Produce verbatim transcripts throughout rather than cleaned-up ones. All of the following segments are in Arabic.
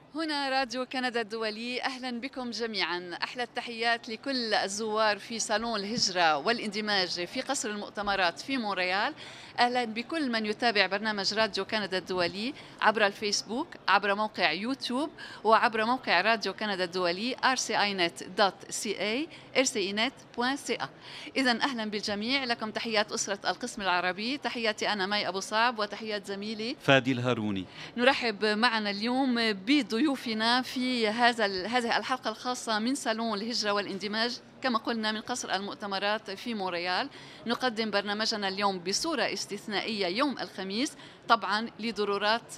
هنا راديو كندا الدولي، أهلا بكم جميعا. أحلى التحيات لكل الزوار في صالون الهجرة والاندماج في قصر المؤتمرات في مونريال. أهلا بكل من يتابع برنامج راديو كندا الدولي عبر الفيسبوك، عبر موقع يوتيوب، وعبر موقع راديو كندا الدولي آر سي آي نت دوت سي إيه آر سي إي نت دوت سي إيه. إذن أهلا بالجميع، لكم تحيات أسرة القسم العربي، تحياتي أنا مي أبو صعب وتحيات زميلي فادي الهاروني. نرحب معنا اليوم بضيوفنا في هذا هذه الحلقة الخاصة من صالون الهجرة والاندماج، كما قلنا من قصر المؤتمرات في مونريال. نقدم برنامجنا اليوم بصورة استثنائية يوم الخميس، طبعا لضرورات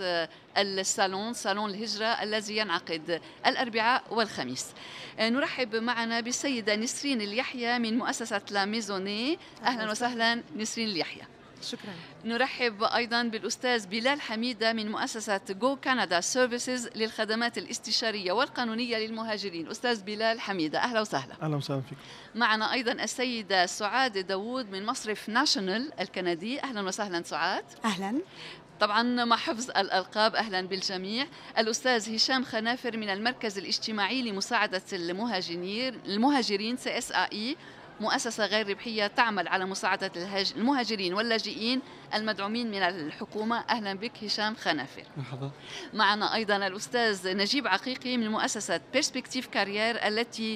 الصالون صالون الهجرة الذي ينعقد الأربعاء والخميس. نرحب معنا بالسيدة نسرين اليحيى من مؤسسة لا ميزوني. أهلا وسهلا نسرين اليحيى. شكرا. نرحب أيضا بالأستاذ بلال حميدة من مؤسسة جو كندا سيرفيسز للخدمات الاستشارية والقانونية للمهاجرين. أستاذ بلال حميدة، أهلا وسهلا. أهلا وسهلا فيك. معنا أيضا السيدة سعاد داوود من مصرف ناشونال الكندي. أهلا وسهلا سعاد. أهلا. طبعا مع حفظ الألقاب، أهلا بالجميع. الأستاذ هشام خنافر من المركز الاجتماعي لمساعدة المهاجرين المهاجرين سي إس إيه إي، مؤسسة غير ربحية تعمل على مساعدة المهاجرين واللاجئين المدعومين من الحكومة. أهلا بك هشام خنافر. مرحبا. معنا أيضا الأستاذ نجيب عقيقي من مؤسسة بيرسبكتيف كارير التي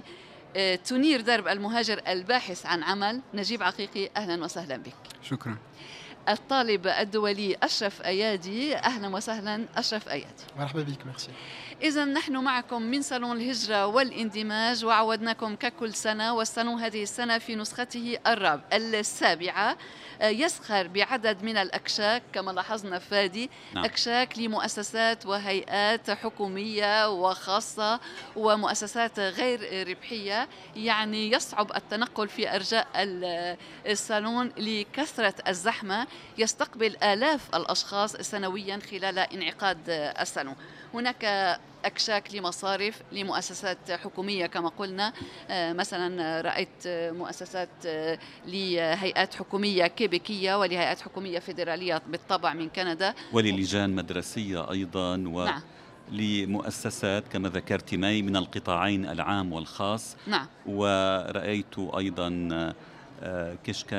تنير درب المهاجر الباحث عن عمل. نجيب عقيقي، أهلا وسهلا بك. شكرا. الطالب الدولي أشرف أيادي. أهلا وسهلا أشرف أيادي. مرحبا بك. ميرسي. إذن نحن معكم من صالون الهجرة والاندماج، وعودناكم ككل سنة، والصالون هذه السنة في نسخته الرابعة السابعة يسخر بعدد من الأكشاك كما لاحظنا فادي. نعم. أكشاك لمؤسسات وهيئات حكومية وخاصة ومؤسسات غير ربحية، يعني يصعب التنقل في أرجاء الصالون لكثرة الزحمة. يستقبل آلاف الأشخاص سنويا خلال انعقاد الصالون. هناك أكشاك لمصارف، لمؤسسات حكومية كما قلنا، مثلا رأيت مؤسسات لهيئات حكومية كيبيكية ولهيئات حكومية فيدرالية بالطبع من كندا، وللجان مدرسية أيضا، و نعم. لمؤسسات كما ذكرت مي من القطاعين العام والخاص. نعم. ورأيت أيضا كشكا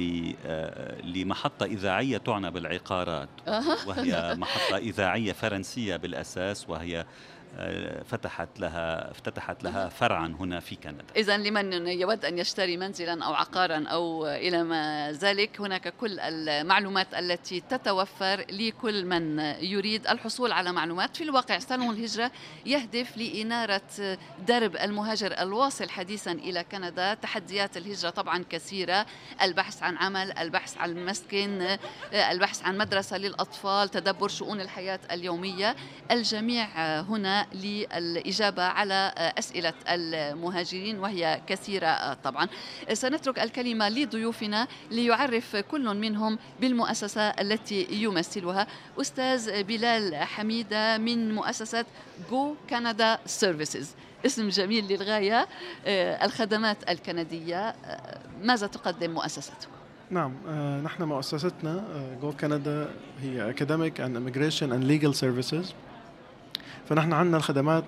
لمحطة إذاعية تعنى بالعقارات، وهي محطة إذاعية فرنسية بالأساس، وهي فتحت لها افتتحت لها فرعا هنا في كندا. إذن لمن يود أن يشتري منزلا أو عقارا أو إلى ما ذلك، هناك كل المعلومات التي تتوفر لكل من يريد الحصول على معلومات. في الواقع صالون الهجرة يهدف لإنارة درب المهاجر الواصل حديثا إلى كندا. تحديات الهجرة طبعا كثيرة: البحث عن عمل، البحث عن مسكن، البحث عن مدرسة للأطفال، تدبر شؤون الحياة اليومية. الجميع هنا للإجابة على أسئلة المهاجرين وهي كثيرة طبعا. سنترك الكلمة لضيوفنا ليعرف كل منهم بالمؤسسة التي يمثلها. أستاذ بلال حميدة من مؤسسة جو كندا سيرفيسز، اسم جميل للغاية. الخدمات الكندية، ماذا تقدم مؤسستكم؟ نعم، نحن مؤسستنا جو كندا هي Academic and Immigration and Legal Services. فنحن عندنا الخدمات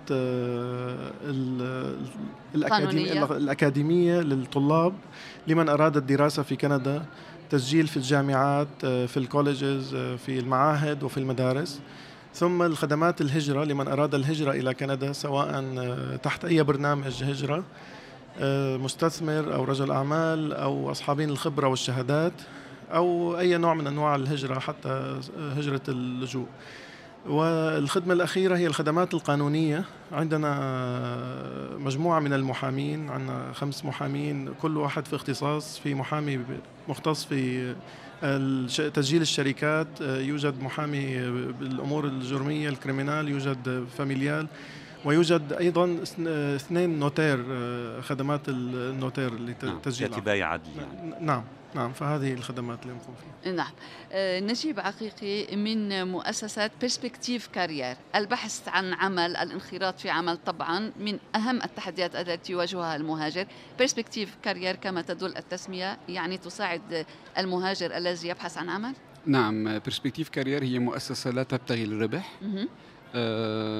الأكاديمية, الأكاديمية للطلاب لمن أراد الدراسة في كندا، تسجيل في الجامعات، في الكوليجز، في المعاهد وفي المدارس. ثم الخدمات الهجرة لمن أراد الهجرة إلى كندا، سواء تحت أي برنامج هجرة، مستثمر أو رجل أعمال أو أصحابين الخبرة والشهادات، أو أي نوع من أنواع الهجرة، حتى هجرة اللجوء. والخدمة الأخيرة هي الخدمات القانونية. عندنا مجموعة من المحامين، عندنا خمس محامين كل واحد في اختصاص. في محامي مختص في تسجيل الشركات، يوجد محامي بالأمور الجرمية الكريمنال، يوجد فاميليال، ويوجد أيضا اثنين نوتير، خدمات النوتير لتسجيل كاتباي عدل. نعم نعم، فهذه الخدمات اللي نقوم فيها. نعم. آه، نجيب عقيقي من مؤسسة بيرسبكتيف كارير، البحث عن عمل، الانخراط في عمل طبعا من أهم التحديات التي يواجهها المهاجر. بيرسبكتيف كارير كما تدل التسمية، يعني تساعد المهاجر الذي يبحث عن عمل. نعم، بيرسبكتيف كارير هي مؤسسة لا تبتغي الربح. آه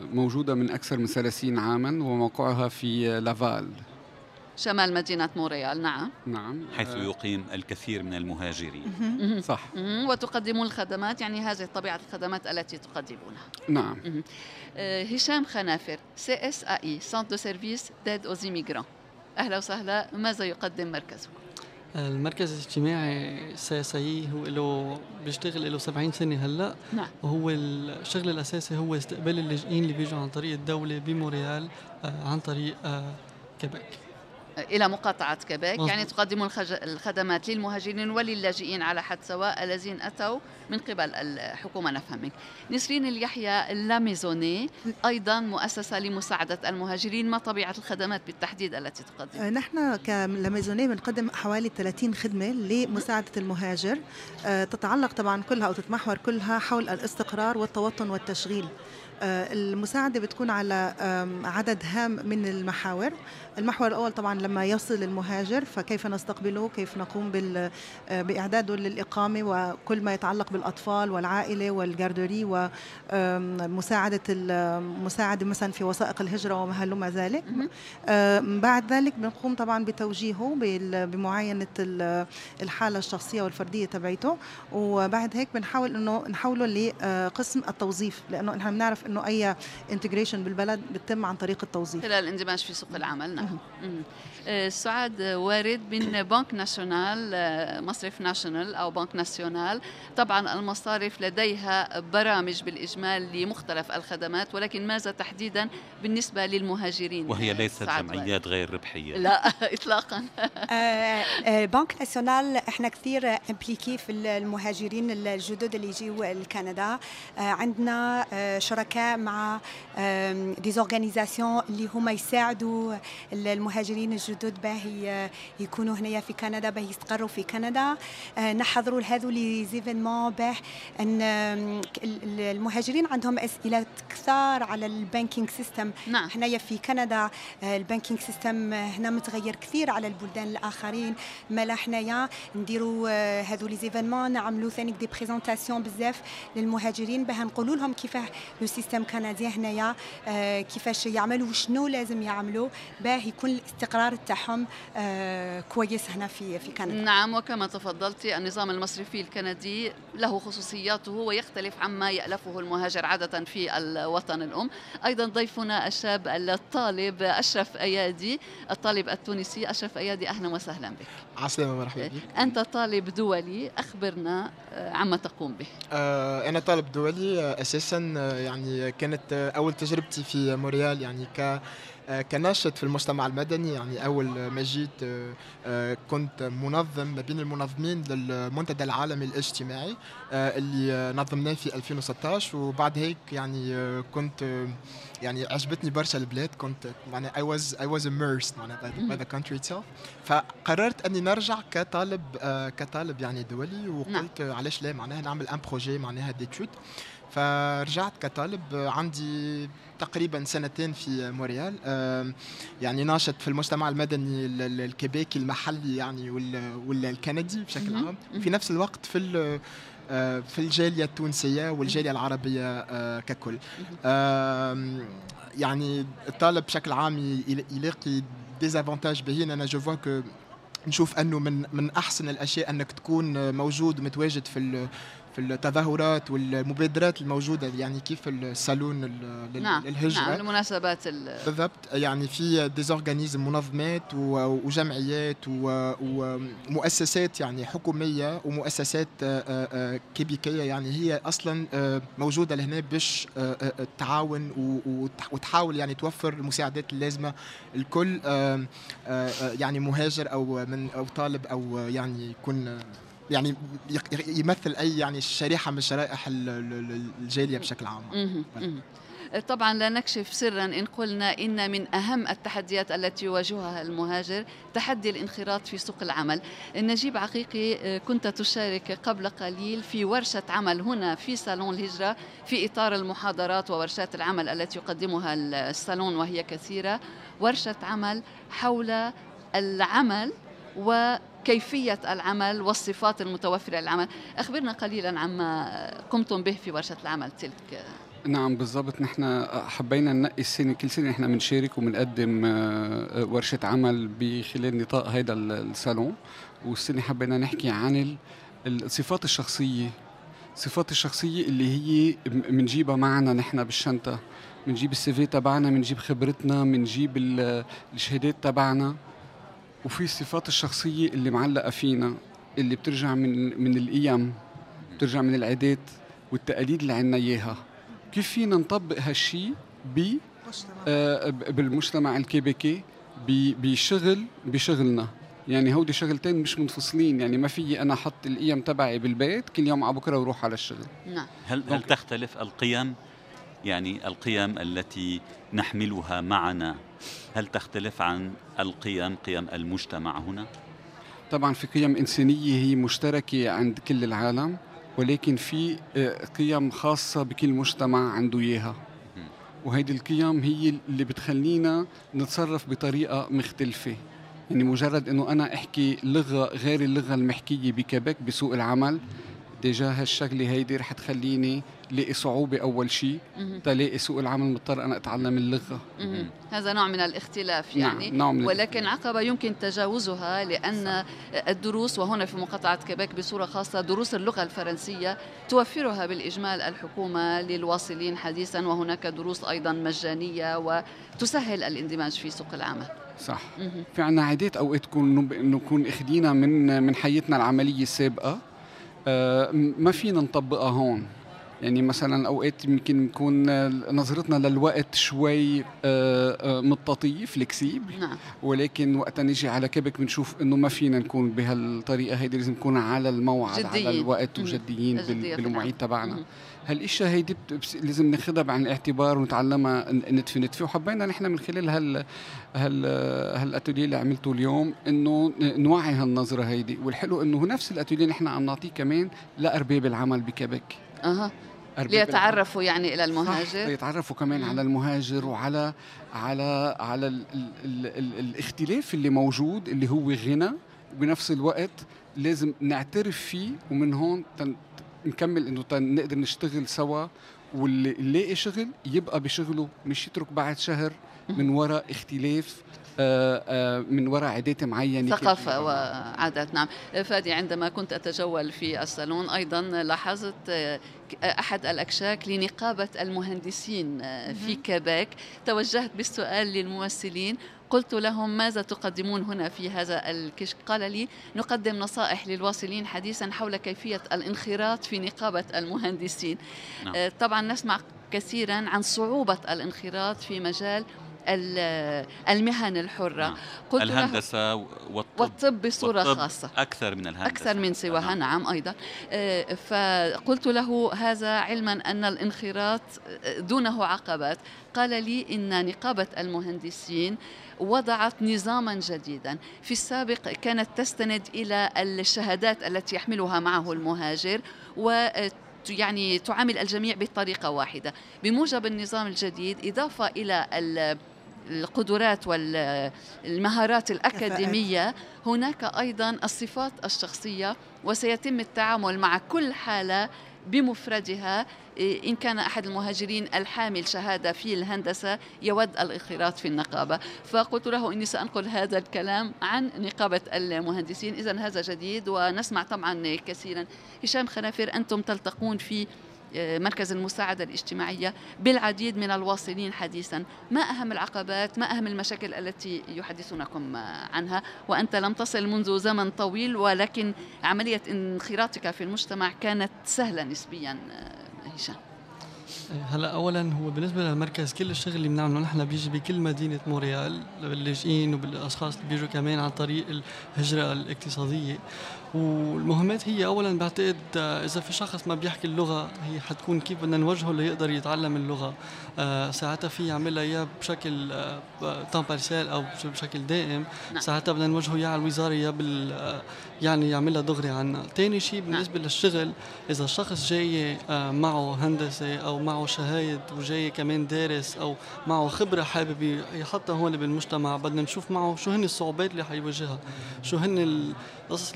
موجودة من أكثر من ثلاثين عاما وموقعها في لافال شمال مدينة مونريال. نعم نعم حيث يقيم الكثير من المهاجرين. صح. وتقدمون الخدمات، يعني هذه طبيعة الخدمات التي تقدمونها. نعم. هشام خنافر، سي اس اي اي سنتر دو سيرفيس ديد اوز إيميغران، أهلا وسهلا. ماذا يقدم مركزكم؟ المركز الاجتماعي سي اس اي هو له بيشتغل له سبعين سنة هلا. نعم. وهو الشغل الأساسي هو استقبال اللاجئين اللي بيجوا عن طريق الدولة بمونريال عن طريق كيبيك إلى مقاطعة كيبيك. مزبوط. يعني تقدمون الخدمات للمهاجرين وللاجئين على حد سواء الذين أتوا من قبل الحكومة. نفهمك. نسرين اليحيى لاميزوني، أيضا مؤسسة لمساعدة المهاجرين، ما طبيعة الخدمات بالتحديد التي تقدم؟ نحن كلاميزوني بنقدم حوالي ثلاثين خدمة لمساعدة المهاجر، تتعلق طبعا كلها أو تتمحور كلها حول الاستقرار والتوطن والتشغيل. المساعدة بتكون على عدد هام من المحاور. المحور الأول طبعا لما يصل المهاجر فكيف نستقبله، كيف نقوم بإعداده للإقامة وكل ما يتعلق بالأطفال والعائلة والجاردوري ومساعدة المساعدة مثلا في وثائق الهجرة وما هلما ذلك. بعد ذلك بنقوم طبعا بتوجيهه بمعاينة الحالة الشخصية والفردية تبعته، وبعد هيك بنحاول إنه نحوله لقسم التوظيف، لأنه نحن بنعرف إنه أي انتجريشن بالبلد بتتم عن طريق التوظيف خلال الاندماج في سوق العمل. نعم. سعاد وارد من بنك ناسيونال، مصرف ناشونال أو بنك ناسيونال. طبعا المصارف لديها برامج بالإجمال لمختلف الخدمات، ولكن ماذا تحديدا بالنسبة للمهاجرين؟ وهي ليست جمعيات غير ربحية. لا إطلاقا. بنك ناسيونال احنا كثير امبليكي في المهاجرين الجدد اللي يجوا لكندا. عندنا شركاء مع دي اورغانيزاسيون اللي هم يساعدوا المهاجرين الجدد باهي يكونوا هنا في كندا، باهي يستقروا في كندا. نحضروا لهذو لي زيفينمون باه ان المهاجرين عندهم اسئله كثار على البانكينج سيستم. نعم. هنايا في كندا البانكينج سيستم هنا متغير كثير على البلدان الاخرين. مالا حنايا نديروا هذو لي زيفينمون، نعملوا ثاني دي بريزونطاسيون بزاف للمهاجرين باه نقولوا لهم كيفاه لو سيستم كندي هنايا كيفاش يعملوا وشنو لازم يعملوا باه يكون الاستقرار تاعهم كويس هنا في في كندا. نعم. وكما تفضلتي النظام المصرفي الكندي له خصوصياته ويختلف عما يألفه المهاجر عادة في الوطن الأم. أيضا ضيفنا الشاب الطالب أشرف أيادي، الطالب التونسي. أشرف أيادي، أهلا وسهلا بك. عسلامة، مرحبا بك. أنت طالب دولي، أخبرنا عما تقوم به. أنا طالب دولي أساسا، يعني كانت أول تجربتي في مونريال يعني ك كناشط في المجتمع المدني. يعني أول ما جيت كنت منظم ما بين المنظمين للمنتدى العالمي الاجتماعي اللي نظمناه في ألفين وستة عشر، وبعد هيك يعني كنت يعني عجبتني برشا البلاد. كنت يعني I was I was immersed معناها by, by the country itself. فقررت أني نرجع كطالب كطالب يعني دولي، وقلت علاش لا معناها نعمل ان بروجي معناها ديتود. فرجعت كطالب، عندي تقريبا سنتين في مونريال، يعني ناشط في المجتمع المدني الكيبيكي المحلي يعني والكندي بشكل عام، في نفس الوقت في في الجالية التونسية والجالية العربية ككل. يعني الطالب بشكل عام يلاقي ديزافونتاج باهين. أنا جو فوا كو نشوف أنه من من أحسن الأشياء أنك تكون موجود ومتواجد في في التظاهرات والمبادرات الموجودة، يعني كيف الصالون للهجرة. نعم. المناسبات بالضبط. يعني في ديزورغانيزم، منظمات وجمعيات ومؤسسات يعني حكومية ومؤسسات كيبيكية، يعني هي أصلا موجودة لهنا باش تعاون وتحاول يعني توفر المساعدات اللازمة الكل، يعني مهاجر أو من أو طالب أو يعني يكون يعني يمثل أي يعني شريحة من شرائح الجالية بشكل عام. طبعا لا نكشف سرا إن قلنا إن من أهم التحديات التي يواجهها المهاجر تحدي الانخراط في سوق العمل. نجيب عقيقي، كنت تشارك قبل قليل في ورشة عمل هنا في صالون الهجرة في إطار المحاضرات وورشات العمل التي يقدمها الصالون وهي كثيرة، ورشة عمل حول العمل وكيفية العمل والصفات المتوفرة للعمل. أخبرنا قليلا عما قمتم به في ورشة العمل تلك. نعم بالضبط. نحن حبينا ننقي السنة، كل سنة نحن بنشارك وبنقدم ورشة عمل بخلال نطاق هذا الصالون، والسنة حبينا نحكي عن الصفات الشخصية. الصفات الشخصية اللي هي منجيبها معنا نحن بالشنطة، منجيب السيفي تبعنا، منجيب خبرتنا، منجيب الشهادات تبعنا. وفي الصفات الشخصية اللي معلقة فينا، اللي بترجع من من القيم، بترجع من العادات والتقاليد اللي عنا إياها. كيف فينا نطبق هالشي ب آه بالمجتمع الكيبيكي بشغل بشغلنا؟ يعني هودي شغلتين مش منفصلين، يعني ما في أنا أحط القيم تبعي بالبيت كل يوم على بكرة وروح على الشغل. نعم. هل هل تختلف القيم، يعني القيم التي نحملها معنا، هل تختلف عن القيم قيم المجتمع هنا؟ طبعا في قيم إنسانية هي مشتركة عند كل العالم، ولكن في قيم خاصة بكل مجتمع عنده إياها، وهيدي القيم هي اللي بتخلينا نتصرف بطريقة مختلفة. يعني مجرد أنه أنا أحكي لغة غير اللغة المحكية بكيبيك بسوق العمل، ديجا هالشغلة هيدي رح تخليني لاقي صعوبة أول شيء، تلاقي سوق العمل مضطر أنا أتعلم اللغة. هذا نوع من الاختلاف يعني. نعم. نوع ولكن عقبة يمكن تجاوزها، لأن الدروس، وهنا في مقاطعة كيبيك بصورة خاصة دروس اللغة الفرنسية توفرها بالإجمال الحكومة للواصلين حديثا، وهناك دروس أيضا مجانية وتسهل الاندماج في سوق العمل. صح. في عنا عادات أوقات نكون أخذينا من من حياتنا العملية السابقة، آه ما فينا نطبقها هون. يعني مثلا أوقات يمكن نكون نظرتنا للوقت شوي مطاطية فلكسيب، نعم. ولكن وقت نيجي على كيبك بنشوف إنه ما فينا نكون بهالطريقة هيدي، لازم نكون على الموعد جديين. على الوقت وجديين بالمواعيد تبعنا. هالإشياء هيدي لازم ناخدها بعين الاعتبار ونتعلمها نتفي نتفي. وحبينا نحن من خلال هال هال هالأتوليه اللي عملته اليوم إنه نوعي هالنظرة هيدي. والحلو إنه نفس الأتوليه نحن عم نعطيه كمان لأرباب العمل بكيبك. أها. ليتعرفوا يعني إلى المهاجر، ليتعرفوا كمان مم. على المهاجر وعلى على على ال ال ال الاختلاف اللي موجود، اللي هو غنى، وبنفس الوقت لازم نعترف فيه، ومن هون نكمل إنه نقدر نشتغل سوا، واللي يلاقي شغل يبقى بشغله، مش يترك بعد شهر من وراء اختلاف، آآ آآ من وراء عادات معينة، ثقافة وعادات. نعم. فادي، عندما كنت أتجول في الصالون أيضا لاحظت أحد الأكشاك لنقابة المهندسين في كيبيك. توجهت بالسؤال للممثلين، قلت لهم ماذا تقدمون هنا في هذا الكشك؟ قال لي نقدم نصائح للواصلين حديثا حول كيفية الانخراط في نقابة المهندسين. نعم. طبعا نسمع كثيرا عن صعوبة الانخراط في مجال المهن الحرة. نعم. قلت الهندسة والطب, والطب بصورة والطب خاصة أكثر من الهندسة، أكثر من سواها. نعم. نعم أيضا. فقلت له هذا علما أن الانخراط دونه عقبات. قال لي إن نقابة المهندسين وضعت نظاما جديدا. في السابق كانت تستند إلى الشهادات التي يحملها معه المهاجر، و يعني تعامل الجميع بطريقة واحدة. بموجب النظام الجديد، إضافة إلى القدرات والمهارات الأكاديمية، هناك أيضا الصفات الشخصية، وسيتم التعامل مع كل حالة بمفردها. إن كان أحد المهاجرين الحامل شهادة في الهندسة يود الانخراط في النقابة، فقلت له إني سأنقل هذا الكلام عن نقابة المهندسين. إذن هذا جديد، ونسمع طبعا كثيرا. هشام خنافر، أنتم تلتقون في مركز المساعدة الاجتماعية بالعديد من الواصلين حديثا. ما أهم العقبات، ما أهم المشاكل التي يحدثونكم عنها؟ وأنت لم تصل منذ زمن طويل، ولكن عملية انخراطك في المجتمع كانت سهلة نسبيا. هشام. هلا اولا هو بالنسبه للمركز كل الشغل اللي بنعمله نحن بيجي بكل مدينه مونريال باللاجئين وبالاشخاص اللي بيجوا كمان عن طريق الهجره الاقتصاديه. والمهمات هي اولا بعتقد اذا في شخص ما بيحكي اللغه، هي حتكون كيف بدنا نوجهه ليقدر يتعلم اللغه. آه ساعتها في يعملها اياه بشكل آه تام بارسيل او بشكل دائم. نعم. ساعتها بدنا نوجهه اياه على الوزاره يا بال آه يعني يعملها دغري عنا. ثاني شيء بالنسبه نعم. للشغل، اذا الشخص جاي آه معه هندسه او معه شهايد وجاي كمان دارس او معه خبره حابب يحطها هون بالمجتمع، بدنا نشوف معه شو هن الصعوبات اللي حيواجهها، شو هن القصص اللي فينا نعمل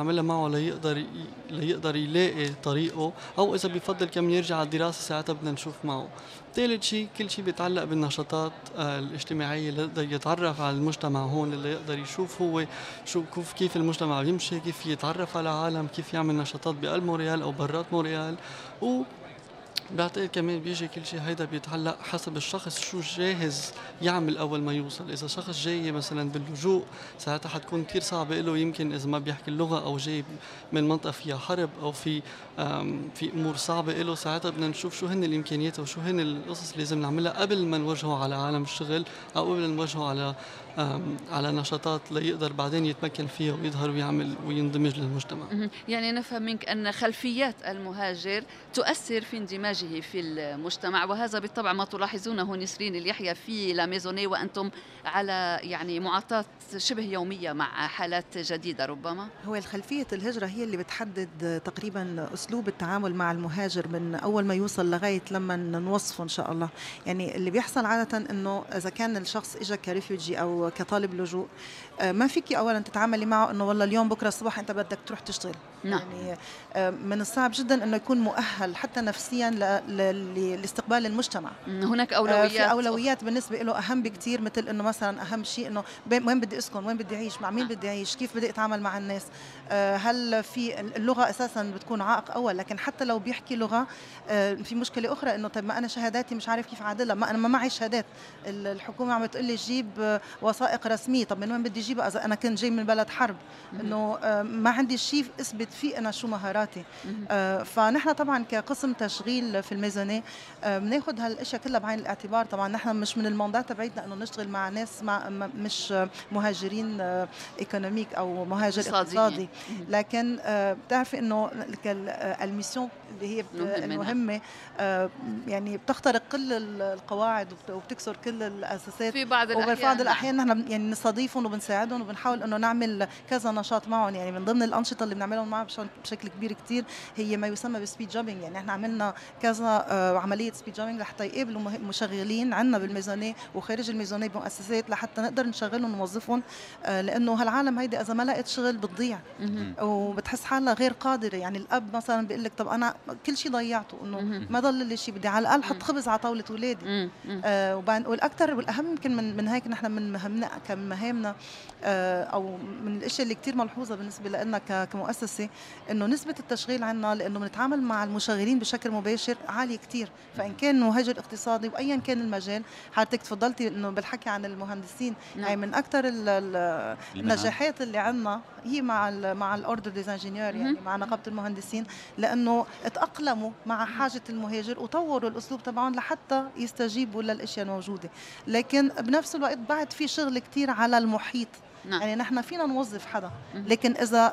يعملها معه ليقدر ليقدر يلاقي طريقه، أو إذا بيفضل كمان يرجع على الدراسة ساعتها بدنا نشوف معه. ثالث شيء كل شيء بيتعلق بالنشاطات الاجتماعية اللي يقدر يتعرف على المجتمع هون، اللي يقدر يشوف هو شو كيف المجتمع بيمشي، كيف يتعرف على عالم، كيف يعمل نشاطات بقلب مونريال أو برات مونريال. و بعتقد كمان بيجي كل شيء هيدا بيتعلق حسب الشخص شو جاهز يعمل أول ما يوصل. إذا شخص جاي مثلا باللجوء ساعتها حتكون كتير صعبة له، يمكن إذا ما بيحكي اللغة أو جاي من منطقة فيها حرب أو في في أمور صعبة له، ساعتها بدنا نشوف شو هن الإمكانيات وشو هن القصص اللي لازم نعملها قبل ما نوجهه على عالم الشغل، أو قبل ما نوجهه على على نشاطات ليقدر بعدين يتمكن فيها ويظهر ويعمل وينضمج للمجتمع. يعني نفهم منك أن خلفيات المهاجر تؤثر في اندماجه في المجتمع، وهذا بالطبع ما تلاحظونه نسرين اليحيى في لا ميزوني، وأنتم على يعني معاطاة شبه يومية مع حالات جديدة. ربما هو الخلفية الهجرة هي اللي بتحدد تقريبا أسلوب التعامل مع المهاجر من أول ما يوصل لغاية لما نوصفه إن شاء الله. يعني اللي بيحصل عادة إنه إذا كان الشخص إجا كريفوجي أو كطالب لجوء، ما فيك أولا تتعاملي معه إنه والله اليوم بكرة الصبح أنت بدك تروح تشتغل. نعم. يعني من الصعب جدا إنه يكون مؤهل حتى نفسيا لاستقبال المجتمع. هناك أولويات في أولويات بالنسبة له أهم بكتير، مثل إنه مثلا أهم شيء إنه وين بدي أسكن، وين بدي أعيش، مع مين بدي أعيش، كيف بدي أتعامل مع الناس. هل في اللغة أساسا بتكون عائق أول، لكن حتى لو بيحكي لغة في مشكلة أخرى إنه طيب ما أنا شهاداتي مش عارف كيف عادلها، ما أنا ما معي شهادات، الحكومة عم تقول لي جيب وثائق رسمية، طب من وين بدي أجيبها إذا أنا كنت جاي من بلد حرب، إنه ما عندي شيء أثبت فيه أنا شو مهاراتي. فنحن طبعا كقسم تشغيل في الميزانية بناخذ هالاشياء كلها بعين الاعتبار. طبعا نحن مش من الموندات تبعتنا انه نشتغل مع ناس مع مش مهاجرين ايكونوميك او مهاجر اقتصادي، لكن بتعرفي انه الميسيون اللي هي المهمه يعني بتخترق كل القواعد وبتكسر كل الاساسات. في بعض الاحيان وفي بعض الاحيان نحن يعني نستضيفهم وبنساعدهم وبنحاول انه نعمل كذا نشاط معهم. يعني من ضمن الانشطه اللي بنعملهم معهم بشكل كبير كتير هي ما يسمى بالسبيد جوبينج. يعني احنا عملنا كذا عمليه سبيد جوبينج لحتى يقابلوا مشغلين عندنا بالميزانيه وخارج الميزانيه بمؤسسات لحتى نقدر نشغلهم ونوظفهم، لانه هالعالم هيدي اذا ما لقيت شغل بتضيع وبتحس حالها غير قادره. يعني الاب مثلا بيقول لك طب انا كل شيء ضيعته، انه ما ضل لي شيء، بدي على الاقل حط خبز على طاوله اولادي. آه والاكثر والاهم يمكن من من هيك نحن من مهمنا كمهامنا آه او من الاشياء اللي كثير ملحوظه بالنسبه لنا كمؤسسه، انه نسبه التشغيل عندنا لانه بنتعامل مع المشغلين بشكل مباشر عاليه كثير. فان كان مهاجر اقتصادي وايا كان المجال، حضرتك تفضلتي انه بالحكي عن المهندسين، نعم. يعني من اكثر النجاحات اللي عندنا هي مع ال مع الاوردر ديز انجينيور، يعني مع نقابه المهندسين، لانه تاقلموا مع حاجه المهاجر وطوروا الاسلوب تبعهم لحتى يستجيبوا للاشياء الموجوده. لكن بنفس الوقت بعد في شغل كثير على المحيط. نعم. يعني نحن فينا نوظف حدا، لكن إذا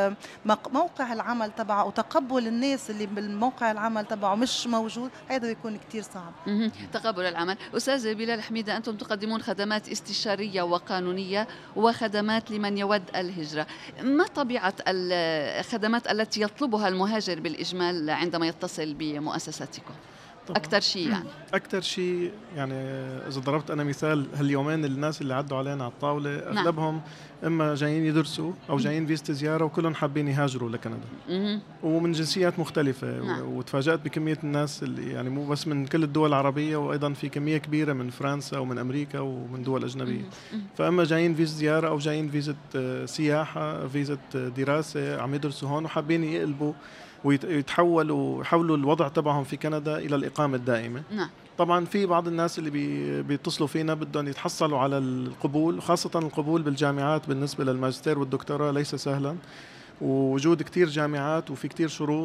موقع العمل تبعه وتقبل الناس اللي بالموقع العمل تبعه مش موجود، هذا بيكون كتير صعب. تقبل العمل. أستاذ بلال حميدة، أنتم تقدمون خدمات استشارية وقانونية وخدمات لمن يود الهجرة. ما طبيعة الخدمات التي يطلبها المهاجر بالإجمال عندما يتصل بمؤسستكم؟ أكثر شيء يعني أكثر شيء يعني إذا ضربت أنا مثال هاليومين الناس اللي عدوا علينا على الطاولة أغلبهم إما جايين يدرسوا أو جايين فيزة زيارة، وكلهم حابين يهاجروا لكندا ومن جنسيات مختلفة. نعم. وتفاجأت بكمية الناس اللي يعني مو بس من كل الدول العربية، وأيضا في كمية كبيرة من فرنسا ومن أمريكا ومن دول أجنبية. فأما جايين فيزة زيارة أو جايين فيزة سياحة، فيزة دراسة، عم يدرسوا هون وحابين يقلبوا ويتحولوا ويحولوا الوضع تبعهم في كندا إلى الإقامة الدائمة. نعم. طبعا في بعض الناس اللي بي بيتصلوا فينا بدهم يتحصلوا على القبول، وخاصة القبول بالجامعات بالنسبة للماجستير والدكتوراه ليس سهلا، ووجود كتير جامعات وفي كتير شروط،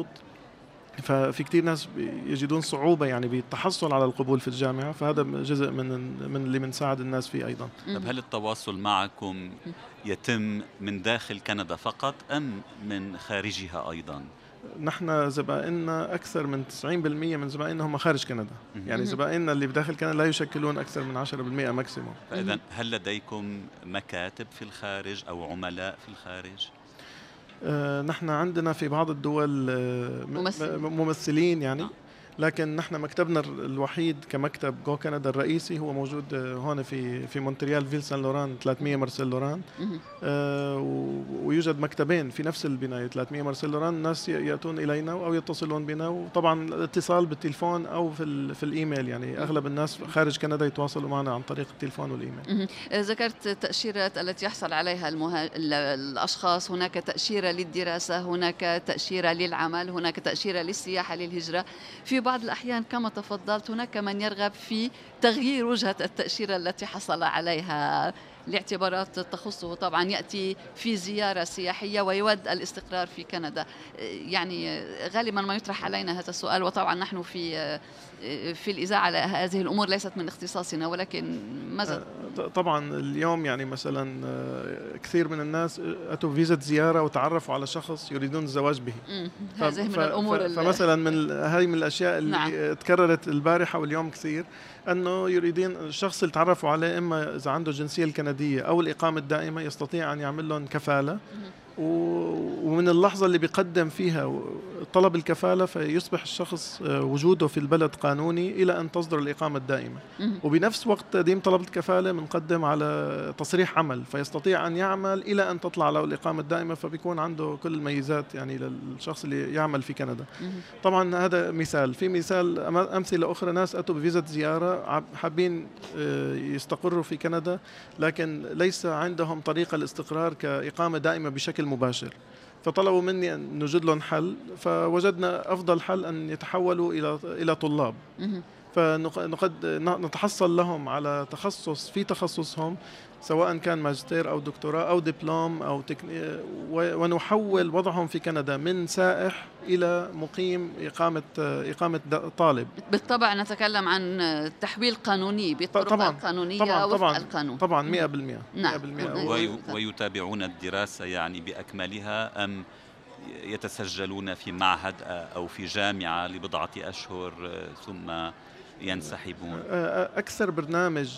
ففي كتير ناس يجدون صعوبة يعني بالتحصل على القبول في الجامعة. فهذا جزء من من اللي بنساعد الناس فيه أيضا. طب هل التواصل معكم يتم من داخل كندا فقط أم من خارجها أيضا؟ نحن زبائننا أكثر من تسعين بالمئة من زبائننا هم خارج كندا. يعني زبائننا اللي بداخل كندا لا يشكلون أكثر من عشرة بالمئة ماكسيموم. فإذا هل لديكم مكاتب في الخارج أو عملاء في الخارج؟ آه نحن عندنا في بعض الدول آه ممثلين يعني، لكن نحن مكتبنا الوحيد كمكتب جو كندا الرئيسي هو موجود هون في في مونتريال فيل سان لوران ثلاثمية مارسيل لوران. آه ويوجد مكتبين في نفس البناية ثلاثمية مارسيل لوران. الناس يأتون إلينا أو يتصلون بنا، وطبعا الاتصال بالتليفون أو في, في الإيميل، يعني أغلب الناس خارج كندا يتواصلوا معنا عن طريق التليفون والإيميل. ذكرت التأشيرات التي يحصل عليها المها... الأشخاص، هناك تأشيرة للدراسة، هناك تأشيرة للعمل، هناك تأشيرة للسياحة للهجرة. في بعض الأحيان كما تفضلت هناك من يرغب في تغيير وجهة التأشيرة التي حصل عليها لاعتبارات تخصه، طبعا يأتي في زيارة سياحية ويود الاستقرار في كندا. يعني غالبا ما يطرح علينا هذا السؤال، وطبعا نحن في في الإذاعة هذه الأمور ليست من اختصاصنا، ولكن ماذا؟ طبعا اليوم يعني مثلا كثير من الناس أتوا فيزا زيارة وتعرفوا على شخص يريدون الزواج به. هذه من الأمور فمثلا من هذه من الأشياء اللي نعم. تكررت البارحة واليوم كثير، أنه يريدين الشخص اللي تعرفوا عليه إما إذا عنده الجنسية الكندية أو الإقامة الدائمة يستطيع أن يعمل لهم كفالة، ومن اللحظة اللي بيقدم فيها طلب الكفالة فيصبح الشخص وجوده في البلد قانوني إلى أن تصدر الإقامة الدائمة. وبنفس وقت تقديم طلب الكفالة بنقدم على تصريح عمل، فيستطيع أن يعمل إلى أن تطلع له الإقامة الدائمة، فبيكون عنده كل الميزات يعني للشخص اللي يعمل في كندا. طبعا هذا مثال، في مثال أمثلة أخرى، ناس أتوا بفيزا زيارة حابين يستقروا في كندا لكن ليس عندهم طريقة الاستقرار كإقامة دائمة بشكل مباشر، فطلبوا مني أن نوجد لهم حل، فوجدنا أفضل حل أن يتحولوا إلى إلى طلاب، فنقد نتحصل لهم على تخصص في تخصصهم، سواء كان ماجستير أو دكتوراه أو دبلوم أو تكني، ونحول وضعهم في كندا من سائح إلى مقيم إقامة إقامة طالب. بالطبع نتكلم عن تحويل قانوني بالطرق طبعاً القانونية طبعاً وفق طبعاً القانون. طبعا مئة بالمئة. نعم. وي ويتابعون الدراسة يعني بأكملها، أم يتسجلون في معهد أو في جامعة لبضعة أشهر ثم ينسحبون؟ أكثر برنامج،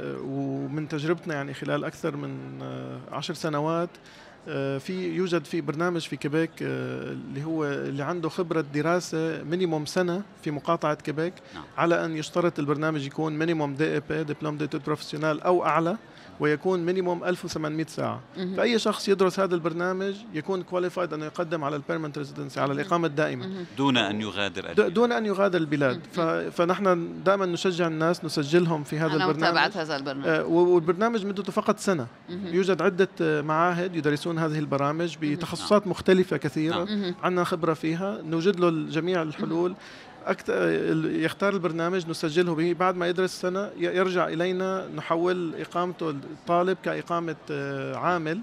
ومن تجربتنا يعني خلال أكثر من عشر سنوات، في يوجد في برنامج في كيبيك اللي هو اللي عنده خبرة دراسة مينيموم سنة في مقاطعة كيبيك، نعم. على أن يشترط البرنامج يكون مينيموم دي اي بي دبلوم ديتود بروفيسيونال أو أعلى، ويكون مينيموم ألف وثمانمئة ساعة. مم. فأي شخص يدرس هذا البرنامج يكون كواليفايد أنه يقدم على البيرمننت ريزيدنسي، على الإقامة الدائمة، مم. دون أن يغادر البلاد. دون أن يغادر البلاد. فنحن دائما نشجع الناس نسجلهم في هذا البرنامج. هذا البرنامج. آه والبرنامج مدته فقط سنة. مم. يوجد عدة معاهد يدرسون هذه البرامج بتخصصات مختلفة كثيرة، مم. عندنا خبرة فيها، نوجد له جميع الحلول. مم. يختار البرنامج نسجله به، بعد ما يدرس سنة يرجع إلينا نحول إقامته الطالب كإقامة عامل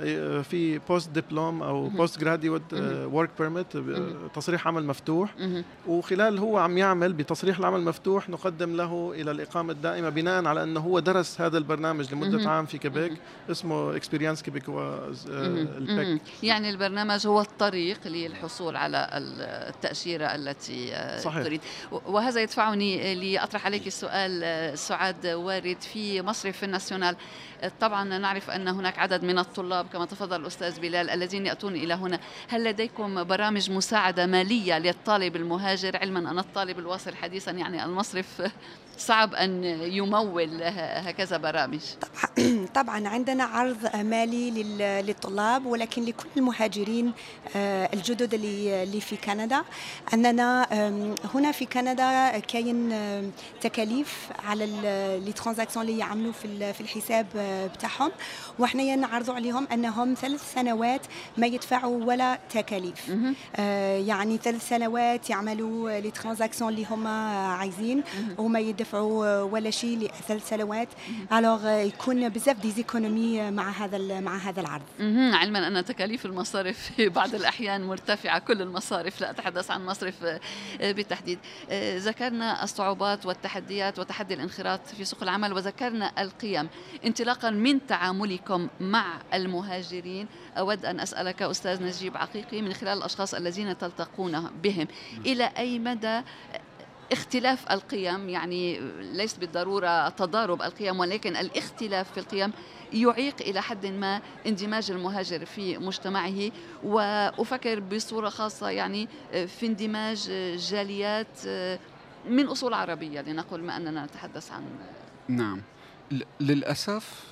في بوست دبلوم أو بوست جراديويت ورك بيرميت، تصريح عمل مفتوح، وخلال هو عم يعمل بتصريح العمل المفتوح نقدم له إلى الإقامة الدائمة بناء على أنه هو درس هذا البرنامج لمدة عام في كيبيك، اسمه إكسبيرينس كيبيكواز البيك. يعني البرنامج هو الطريق للحصول على التأشيرة التي صحيح. تريد. وهذا يدفعني لأطرح عليك السؤال سعاد وارد، في مصرف الناسيونال طبعا نعرف أن هناك عدد من الطلاب كما تفضل الأستاذ بلال الذين يأتون إلى هنا، هل لديكم برامج مساعدة مالية للطالب المهاجر، علما أن الطالب الواصل حديثا يعني المصرف صعب أن يمول هكذا برامج؟ طبعا, طبعا عندنا عرض مالي للطلاب، ولكن لكل المهاجرين الجدد اللي في كندا، أننا هنا في كندا كاين تكاليف على الترانزاكسيون اللي يعملوا في الحساب بتاعهم، وإحنا نعرضوا عليهم أنهم ثلاث سنوات ما يدفعوا ولا تكاليف. يعني ثلاث سنوات يعملوا الترانزاكسيون اللي هم عايزين وما يدفعوا ولا شيء لثلاث سنوات. الوغ يكون بزاف ديزيكونومي مع هذا مع هذا العرض. علما ان تكاليف المصارف في بعض الاحيان مرتفعه، كل المصارف، لا اتحدث عن مصرف بالتحديد. ذكرنا الصعوبات والتحديات وتحدي الانخراط في سوق العمل، وذكرنا القيم. انطلاقا من تعاملكم مع المهاجرين، اود ان اسالك استاذ نجيب عقيقي من خلال الاشخاص الذين تلتقون بهم، الى اي مدى اختلاف القيم، يعني ليس بالضرورة تضارب القيم، ولكن الاختلاف في القيم يعيق إلى حد ما اندماج المهاجر في مجتمعه، وأفكر بصورة خاصة يعني في اندماج جاليات من أصول عربية لنقول، ما أننا نتحدث عن. نعم، للأسف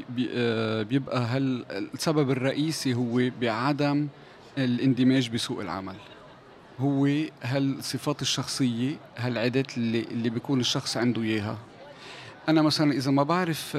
بيبقى هل السبب الرئيسي هو بعدم الاندماج بسوق العمل، هو هالصفات الشخصية، هالعادات اللي, اللي بيكون الشخص عنده إياها. أنا مثلا إذا ما بعرف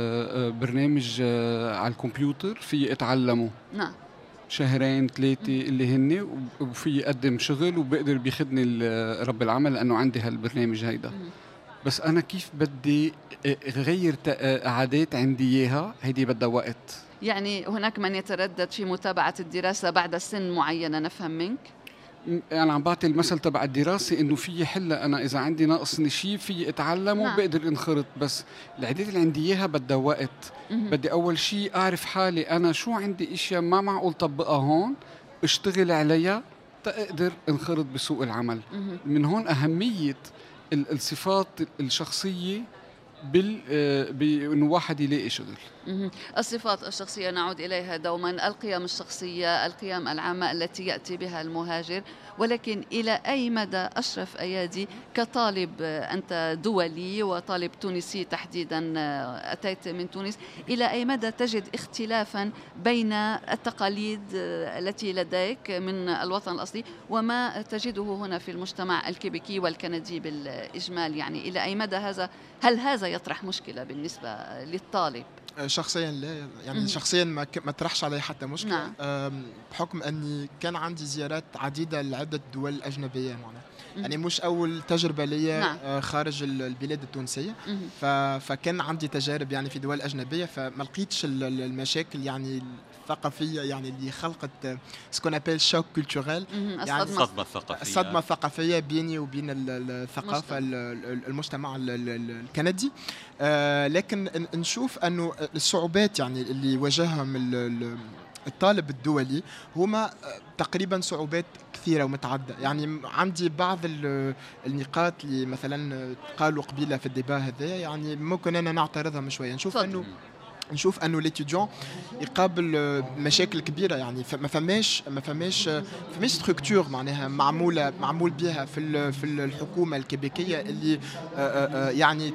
برنامج على الكمبيوتر في أتعلمه. نعم. شهرين ثلاثة اللي هن، وفي أقدم شغل وبقدر بيخدني رب العمل لأنه عندي هالبرنامج هيدا. بس أنا كيف بدي غير عادات عندي إياها، هيدي بدها وقت. يعني هناك من يتردد في متابعة الدراسة بعد سن معينة، نفهم منك؟ أنا عم بعطي المثل تبع الدراسة إنه في حلة، أنا إذا عندي ناقصني شيء في أتعلمه. نعم. وبقدر انخرط، بس العادات اللي عندي إياها بدها وقت. مم. بدي أول شيء أعرف حالي أنا شو عندي إشياء ما معقول طبقها هون، اشتغل عليها تقدر انخرط بسوق العمل. مم. من هون أهمية الصفات الشخصية بال بأنه واحد يلاقي شغل. الصفات الشخصية نعود إليها دوما، القيم الشخصية، القيم العامة التي يأتي بها المهاجر. ولكن إلى أي مدى أشرف أيادي كطالب، أنت دولي وطالب تونسي تحديدا، أتيت من تونس، إلى أي مدى تجد اختلافا بين التقاليد التي لديك من الوطن الأصلي وما تجده هنا في المجتمع الكيبيكي والكندي بالإجمال؟ يعني إلى أي مدى هذا، هل هذا يطرح مشكلة بالنسبة للطالب؟ شخصيا لا، يعني مم. شخصيا ما ما طرحش علي حتى مشكله. نعم. بحكم اني كان عندي زيارات عديده لعده دول اجنبيه معنا، يعني مش اول تجربه لي. نعم. خارج البلاد التونسيه. فكان عندي تجارب يعني في دول اجنبيه، فما لقيتش المشاكل يعني الثقافيه يعني اللي خلقت سكون ابيل شوك كولتورال، يعني الصدمه الثقافيه الصدمه الثقافيه بيني وبين الثقافه المجتمع الكندي. آه لكن نشوف انه الصعوبات يعني اللي واجههم الطالب الدولي هما تقريبا صعوبات كثيره ومتعدده. يعني عندي بعض النقاط اللي مثلا قالوا قبيله في الديبا هذا، يعني ممكن انا نعترضهم شويه. نشوف انه نشوف انه ليتيديون يقابل مشاكل كبيره، يعني ما فماش ما فماش فماش ستركتور معناها معموله معمول بها في في الحكومه الكيبيكيه اللي يعني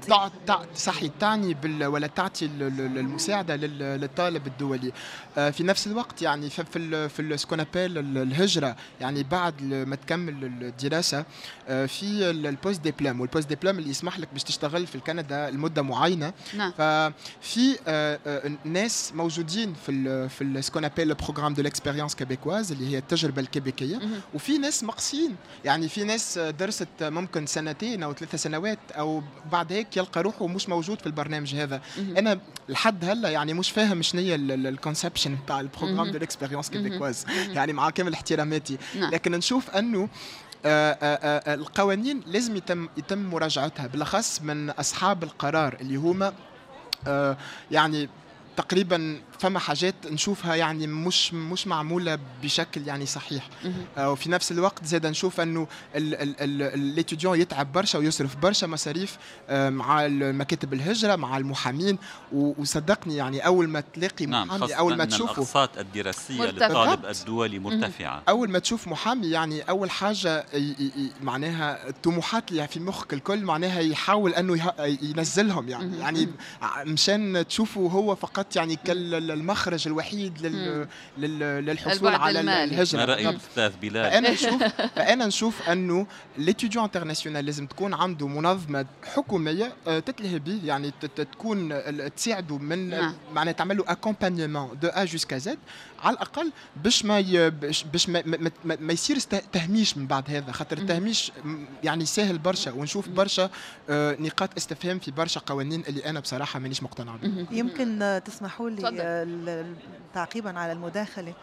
صحيح تعني بال ولا تعطي المساعده للطالب الدولي. في نفس الوقت يعني في في سكون ابيل الهجره، يعني بعد ما تكمل الدراسه في البوست ديبلوم، والبوست ديبلوم اللي يسمح لك باش تشتغل في كندا لمده معينه. نعم. ففي آه آه ناس موجودين في ال في سكون ابيل لو بروغرام دو ليكسبيريونس كيبيكواز اللي هي التجربه الكيبيكيه. وفي ناس مقصين، يعني في ناس درست ممكن سنتين او ثلاث سنوات او بعد هيك يلقى روحه مش موجود في البرنامج هذا. انا لحد هلا يعني مش فاهم شنو هي الكونسبشن تاع البروغرام دو ليكسبيريونس كيبيكواز، يعني مع كامل احتراماتي. لكن نشوف انه آآ آآ القوانين لازم يتم يتم مراجعتها بالاخص من اصحاب القرار اللي هما آه يعني تقريبا فما حاجات نشوفها يعني مش مش معموله بشكل يعني صحيح. آه وفي نفس الوقت زاد نشوف انه الاتيديون يتعب برشا ويصرف برشا مصاريف آه مع مكاتب الهجره مع المحامين. وصدقني يعني اول ما تلاقي محامي، نعم، اول ما تشوفه الاقساط الدراسيه للطالب الدولي مرتفعه. اول ما تشوف محامي يعني اول حاجه معناها الطموحات اللي في مخك الكل معناها يحاول انه ينزلهم، يعني يعني مشان تشوفوا هو فقط يعني كالمخرج الوحيد لل للحصول على الهجره. ما رأيك أستاذ بلال؟ فأنا نشوف فأنا نشوف أنه ليتيديون انترناسيونال لازم تكون عنده منظمة حكومية تتلهي به، يعني تكون تساعده من معناها تعمل له اكومبانيمون دو ا جوسكا زد على الأقل باش ما باش ما, ما, ما, ما يصير تهميش من بعد هذا، خاطر التهميش يعني سهل برشا. ونشوف برشا نقاط استفهام في برشا قوانين اللي أنا بصراحة مانيش مقتنع بها. يمكن تسمحوا لي تعقيبا على المداخلة.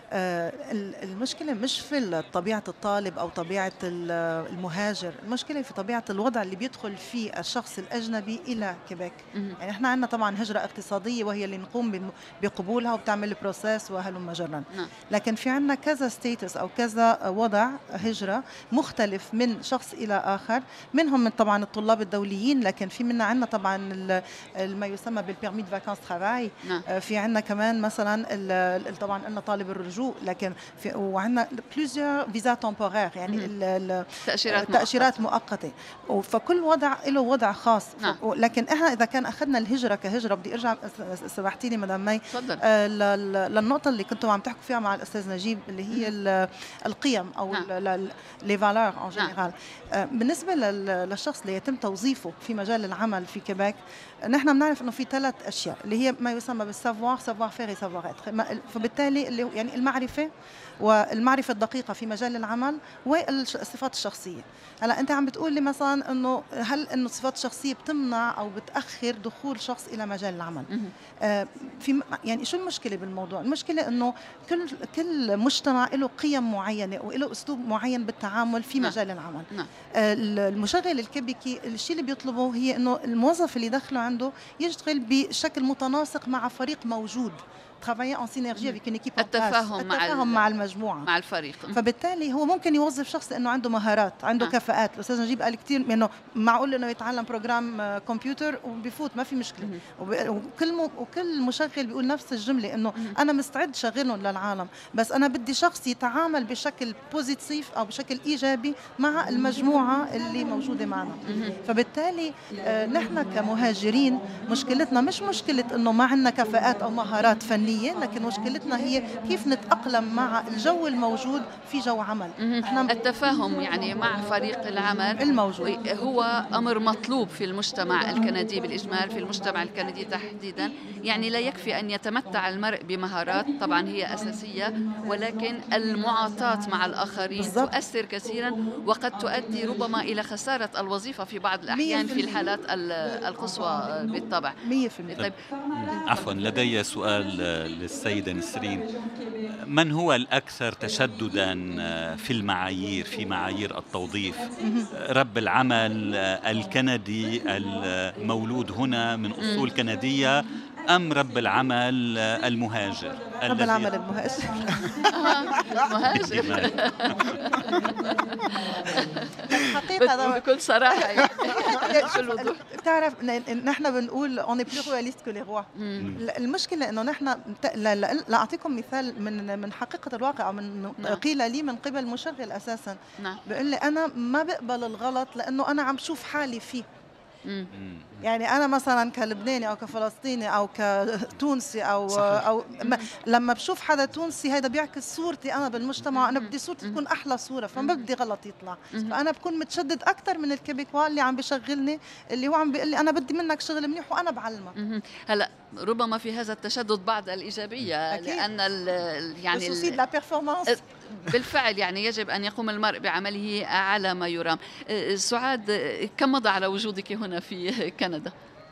المشكلة مش في طبيعة الطالب أو طبيعة المهاجر، المشكلة في طبيعة الوضع اللي بيدخل فيه الشخص الأجنبي إلى كيبيك. يعني إحنا عندنا طبعا هجرة اقتصادية وهي اللي نقوم بقبولها وبتعمل بروسيس وهلم جرا، لكن في عندنا كذا ستيتس أو كذا وضع هجرة مختلف من شخص إلى آخر. منهم من طبعا الطلاب الدوليين، لكن في منا عندنا طبعا ما يسمى بالبيرمي دو فاكانس ترافاي. في عندنا كمان مثلا طبعا عندنا طالب الرجوع اللجوء، لكن في وعندنا بليزيور فيزا تمبورير يعني تأشيرات تأشيرات مؤقتة، فكل وضع له وضع خاص. نعم. لكن احنا اذا كان اخذنا الهجره كهجره، بدي ارجع سمحتي لي مدام مي آه للنقطه اللي كنتوا عم تحكوا فيها مع الاستاذ نجيب اللي هي القيم او لي فالور ان جينيرال. بالنسبه للشخص اللي يتم توظيفه في مجال العمل في كيبيك، نحن بنعرف انه في ثلاث اشياء اللي هي ما يسمى بالسافوار، سافوار فير، سافوار اتر. فبالتالي اللي يعني المعرفه والمعرفه الدقيقه في مجال العمل والصفات الشخصيه. هلا انت عم بتقول لي مثلا انه هل انه الصفات الشخصيه بتمنع او بتاخر دخول شخص الى مجال العمل؟ آه في يعني شو المشكله بالموضوع؟ المشكله انه كل كل مجتمع له قيم معينه وله اسلوب معين بالتعامل في نعم. مجال العمل. نعم. آه المشغل الكيبيكي الشيء اللي بيطلبه هي انه الموظف اللي دخله عنده يشتغل بشكل متناسق مع فريق موجود، travailler en synergie avec une équipe en place. التفاهم مع التفاهم مع المجموعة، مع الفريق. فبالتالي هو ممكن يوظف شخص انه عنده مهارات، عنده آه. كفاءات. الاستاذ نجيب قال كثير انه معقول انه يتعلم بروجرام كمبيوتر وبيفوت ما في مشكله، وكل م... وكل مشغل بيقول نفس الجمله انه انا مستعد شغلهم للعالم، بس انا بدي شخص يتعامل بشكل بوزيتيف او بشكل ايجابي مع المجموعه اللي موجوده معنا. فبالتالي آه نحن كمهاجرين مشكلتنا مش مشكله انه ما عندنا كفاءات او مهارات فنيه، لكن مشكلتنا هي كيف نتأقلم مع الجو الموجود في جو عمل. احنا التفاهم يعني مع فريق العمل الموجود هو أمر مطلوب في المجتمع الكندي بالإجمال، في المجتمع الكندي تحديدا. يعني لا يكفي أن يتمتع المرء بمهارات طبعا هي أساسية، ولكن المعاطاة مع الآخرين بالزبط. تؤثر كثيرا وقد تؤدي ربما إلى خسارة الوظيفة في بعض الأحيان في الحالات القصوى بالطبع. مية في المية. طيب عفوا لدي سؤال للسيدة نسرين، من هو الأكثر تشدداً في المعايير، في معايير التوظيف؟ رب العمل الكندي المولود هنا من أصول كندية أم رب العمل المهاجر؟ رب العمل المهاجر. المهاجر حقيقة بكل صراحة يعني. بتعرف نحن بنقول on est plus réaliste que les rois. المشكلة إنه نحن لأعطيكم مثال من من حقيقة الواقع، من قيل لي من قبل مشغل أساسا بيقول لي أنا ما بقبل الغلط لأنه أنا عم شوف حالي فيه. مم. يعني أنا مثلا كلبناني أو كفلسطيني أو كتونسي أو صحيح. أو لما بشوف حدا تونسي هذا بيعكس صورتي أنا بالمجتمع، أنا بدي صورتي تكون أحلى صورة، فما بدي غلط يطلع. فأنا بكون متشدد أكثر من الكيبيكوا اللي عم بيشغلني، اللي هو عم بيقول لي أنا بدي منك شغل منيح وأنا بعلمك. هلا ربما في هذا التشدد بعض الإيجابية أكيد. لأن ال يعني ال لا بيرفورمانس بالفعل يعني يجب أن يقوم المرء بعمله على ما يرام. سعاد، كم مضى على وجودك هنا في كندا؟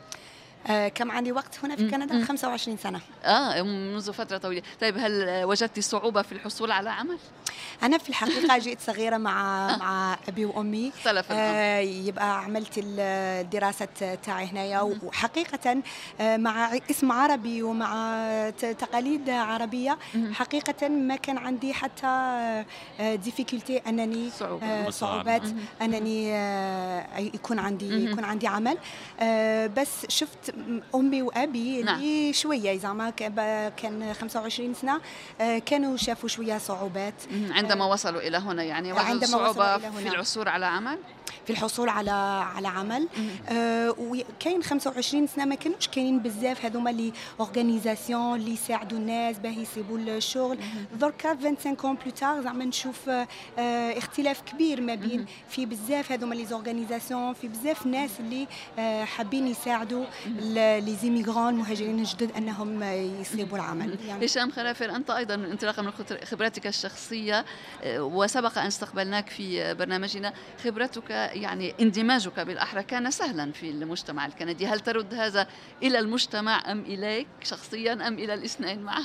آه كم عندي وقت هنا في كندا؟ خمسة وعشرين سنة. آه منذ فترة طويلة. طيب هل وجدت صعوبة في الحصول على عمل؟ أنا في الحقيقة جئت صغيرة مع مع أبي وأمي. اختلف آه يبقى عملت الدراسة تاعي هنايا، وحقيقة آه مع اسم عربي ومع تقاليد عربية حقيقة ما كان عندي حتى ديفيكولتي أنني آه صعوبات أنني آه يكون عندي يكون عندي عمل. آه بس شفت أمي وأبي اللي شوية زعما كان خمسة وعشرين سنة كانوا شافوا شوية صعوبات عندما وصلوا إلى هنا، يعني وجدوا صعوبة في العثور على عمل في الحصول على على عمل. آه وكاين خمسة وعشرين سنة ما كانوش كاينين بزاف هذوما لي اورغانيزاسيون اللي يساعدوا الناس باه يسيبوا الشغل. دركا خمسة وعشرين كون بلو تار زعما نشوف آه اختلاف كبير ما بين في بزاف هذوما لي اورغانيزاسيون، في بزاف ناس اللي آه حابين يساعدوا لي زيميغرون المهاجرين الجدد انهم يصيبوا العمل. يعني هشام خرافر، انت ايضا انطلاقا من خبرتك الشخصيه وسبق ان استقبلناك في برنامجنا، خبرتك يعني اندماجك بالأحرى كان سهلا في المجتمع الكندي، هل ترد هذا إلى المجتمع أم إليك شخصيا أم إلى الاثنين معا؟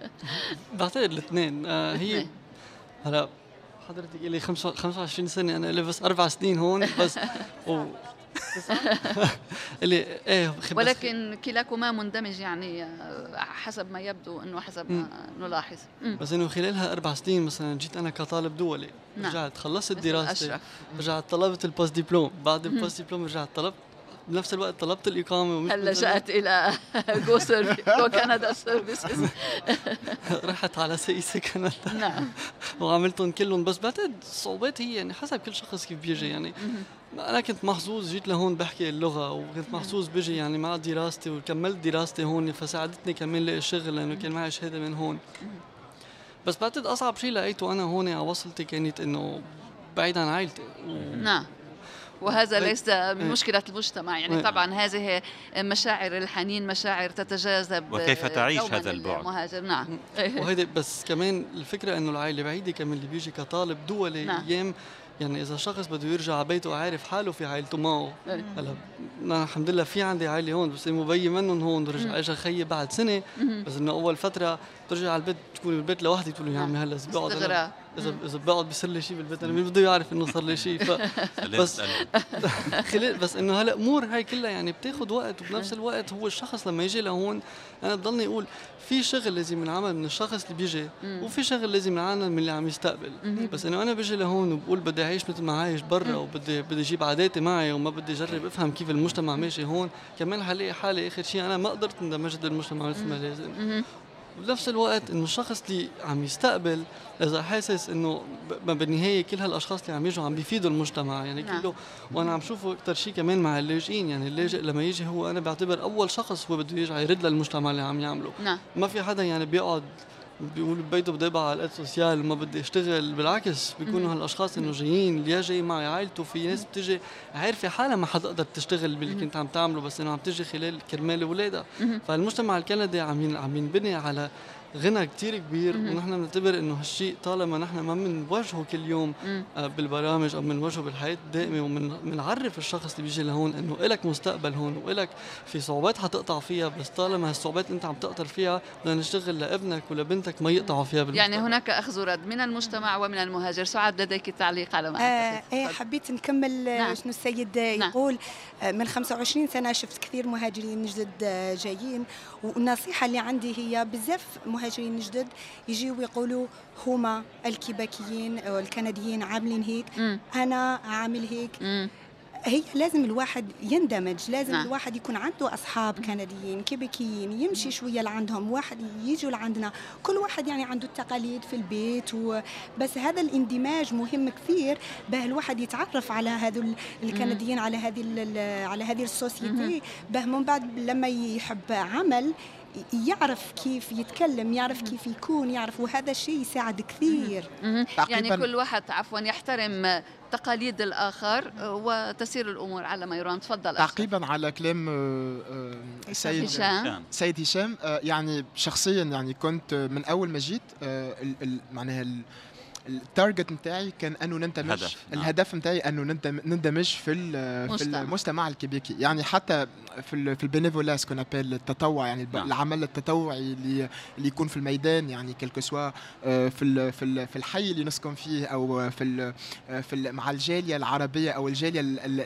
بعتقد الاثنين. آه هي هلا حضرتك لي خمسة وعشرين سنة، أنا لي بس أربع سنين هون بس و اللي ايه ولكن كلاكما مندمج يعني حسب ما يبدو انه حسب ما نلاحظ. بس انه خلالها اربع سنين مثلا جيت انا كطالب دولي، رجعت خلصت دراستي، رجعت طلبت البوست دبلوم، بعد البوست دبلوم رجعت طلبت بنفس الوقت طلبت الاقامه ومش هل لجأت الى جو سيرفيس جو كندا سيرفيسز؟ رحت على سي سي كندا نعم وعملتهم كلهم. بس بعتقد الصعوبات هي يعني حسب كل شخص كيف بيجي. يعني انا كنت محظوظ جيت لهون بحكي اللغه، وكنت محظوظ بيجي يعني مع دراستي وكملت دراستي هون فساعدتني كمان لاقي شغل لانه كان معي شهاده من هون. بس بعتقد اصعب شيء لقيته انا هون على وصلتي كانت انه بعيد عن عائلتي و... نعم. وهذا ليس من مشكلة المجتمع، يعني طبعا هذه مشاعر الحنين، مشاعر تتجاذب. وكيف تعيش هذا البعد؟ المهاجر نعم. وهيدا بس كمان الفكرة انه العائلة بعيدة كمان اللي بيجي كطالب دولي. نعم. ايام يعني اذا شخص بده يرجع على بيته عارف حاله في عائلته معه. هلا انا الحمد لله في عندي عائلة هون، بس مبين منهم هون رجع اجى خيي بعد سنة. بس انه اول فترة ترجع على البيت تكون بالبيت لوحدي تقول له يا عمي هلا بقعد اذا اذا بقعد بيصير لي شيء بالبيت انا مين بده يعرف انه صار لي شيء. ف بس خلال بس انه هلا امور هاي كلها يعني بتاخذ وقت. وبنفس الوقت هو الشخص لما يجي لهون انا بضلني اقول في شغل لازم ينعمل من الشخص اللي بيجي وفي شغل لازم ينعمل من اللي عم يستقبل. بس انه انا بيجي لهون وبقول بدي اعيش مثل ما عايش برا وبدي بدي اجيب عاداتي معي وما بدي اجرب افهم كيف المجتمع ماشي هون، كمان حلاقي حالي اخر شيء انا ما قدرت اندمج بالمجتمع مثل ما لازم. بنفس الوقت انه الشخص اللي عم يستقبل اذا حاسس انه بالنهايه كل هالاشخاص اللي عم يجوا عم بيفيدوا المجتمع يعني نعم. كله. وانا عم شوفه اكثر شيء كمان مع اللاجئين، يعني اللاجئ لما يجي هو انا بعتبر اول شخص هو بده يرجع يرد للمجتمع اللي عم يعمله. نعم. ما في حدا يعني بيقعد بيقول ببيته بدي ابقى على الات سوسيال وما بدي اشتغل، بالعكس بيكونوا هالاشخاص انه جايين اللي جاي مع عائلته. في ناس بتجي عارفه حالها ما حتقدر تشتغل باللي كنت عم تعمله بس انه عم تجي خلال كرمال اولادها. فالمجتمع الكندي عم عم ينبني على غنى كتير كبير ونحن بنعتبر انه هالشيء طالما نحن ما بنواجهه كل يوم بالبرامج او بنواجهه بالحياه الدائمه وبنعرف الشخص اللي بيجي لهون انه إلك مستقبل هون وإلك في صعوبات حتقطع فيها، بس طالما هالصعوبات انت عم تقطر فيها بدنا نشتغل لابنك ولبنتك ما يقطعوا فيها بالمستقبل. يعني هناك اخذ ورد من المجتمع ومن المهاجر. سعاد لديك تعليق على ما آه ايه حبيت نكمل. نعم. شنو السيد نعم. يقول من خمسة وعشرين سنه شفت كثير مهاجرين جدد جايين، والنصيحه اللي عندي هي بزاف مهاجرين جدد يجيوا ويقولوا هما الكيباكيين او الكنديين عاملين هيك م. انا عامل هيك م. هي لازم الواحد يندمج، لازم نعم. الواحد يكون عنده أصحاب كنديين كيبيكيين يمشي شوية لعندهم، واحد يجوا لعندنا، كل واحد يعني عنده التقاليد في البيت و... بس هذا الاندماج مهم كثير به الواحد يتعرف على هذو الكنديين على هذه على هذه السوسيتي به من بعد لما يحب عمل يعرف كيف يتكلم، يعرف كيف يكون، يعرف، وهذا الشيء يساعد كثير. يعني كل واحد عفوا يحترم تقاليد الآخر وتسير الأمور على ما يرام. تفضل. تعقيبا على كلام سيد هشام سيد هشام يعني شخصيا يعني كنت من أول ما جيت معناها التارجت نتاعي كان انه نندمج. هدف. الهدف نتاعي انه نندمج في في المجتمع الكيبيكي، يعني حتى في في البينيفولاس كنا بال التطوع، يعني نعم. العمل التطوعي اللي اللي يكون في الميدان، يعني كلكو سوا في في في الحي اللي نسكن فيه او في في مع الجاليه العربيه او الجاليه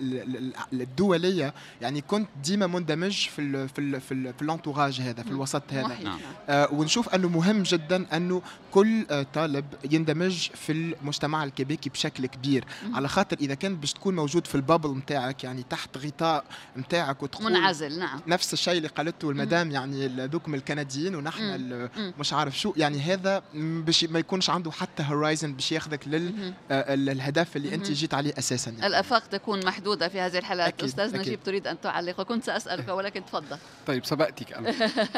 الدوليه، يعني كنت ديما مندمج في ال في ال في, ال في الانتوراج هذا، في الوسط هذا. نعم. آه ونشوف انه مهم جدا انه كل آه طالب يندمج في المجتمع الكيبيكي بشكل كبير، م- على خاطر اذا كان باش تكون موجود في البابل نتاعك، يعني تحت غطاء نتاعك وتقول منعزل. نعم. نفس الشيء اللي قالته المدام، يعني ذوكم الكنديين ونحن مش عارف شو، يعني هذا باش ما يكونش عنده حتى هورايزن باش ياخذك للهدف اللي انت جيت عليه اساسا. يعني الافاق تكون محدوده في هذه الحالات. استاذ نجيب تريد ان تعلق وكنت ساسالك ولكن تفضل. طيب سبقتك انا.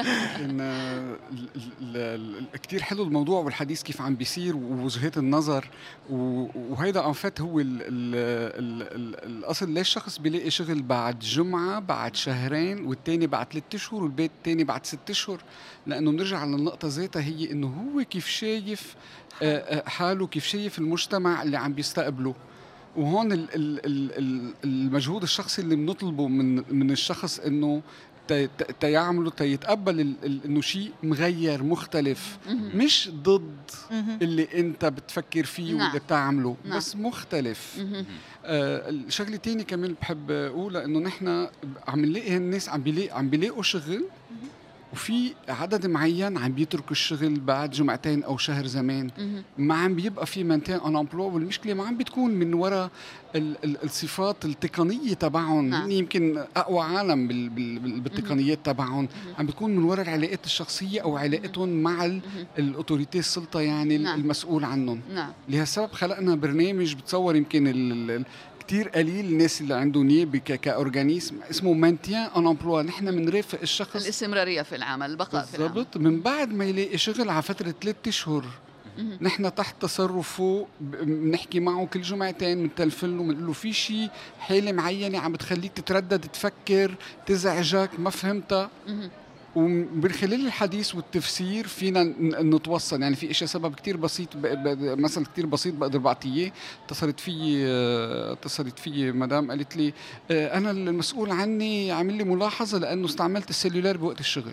إن كثير حلو الموضوع والحديث كيف عم بيصير ووجهات النظر، وهيدا ان فات هو ال ال ال ال الاصل. ليش شخص بيلاقي شغل بعد جمعه بعد شهرين والتاني بعد ثلاثة اشهر والبيت التاني بعد ستة اشهر؟ لانه بنرجع للنقطه ذاتها، هي انه هو كيف شايف حاله، كيف شايف المجتمع اللي عم بيستقبله. وهون ال ال المجهود الشخصي اللي بنطلبه من من الشخص انه تيعمله تيتقبل انه شيء مغير مختلف، مش ضد اللي انت بتفكر فيه نعم. واللي بتعمله نعم. بس مختلف. آه الشغله تاني كمان بحب اقولها انه نحن عم نلاقي الناس عم بيلاقوا عم بيلاقوا شغل وفي عدد معين عم بيتركوا الشغل بعد جمعتين او شهر زمان، ما عم بيبقى في مانتين ان امبلوا، والمشكله ما عم بتكون من وراء ال- ال- الصفات التقنيه تبعهم. نعم. يعني يمكن اقوى عالم بال- بال- بالتقنيات تبعهم، عم بتكون من وراء العلاقات الشخصيه او علاقتهم مع ال- الاوتوريتي السلطه، يعني نعم. المسؤول عنهم. نعم. لهالسبب خلقنا برنامج بتصور يمكن ال- ال- كتير قليل الناس اللي عنده نيابه كاورجانيزم اسمه مانتيان ان امبلوا. نحن بنرافق الشخص الاستمرارية في العمل، البقاء في العمل. بالضبط من بعد ما يلاقي شغل على فتره ثلاثة اشهر. نحن تحت تصرفه، بنحكي معه كل جمعتين، بنتلفن له، بنقول له في شيء حاله معينه عم بتخليك تتردد، تفكر، تزعجك، ما فهمتها، ومن خلال الحديث والتفسير فينا ن- نتوصل. يعني في اشياء سبب كتير بسيط، ب- ب- مثل كتير بسيط بقدر بعطيه. اتصلت في اتصلت في مدام قالت لي آه، انا المسؤول عني عامل لي ملاحظه لانه استعملت السلولار بوقت الشغل.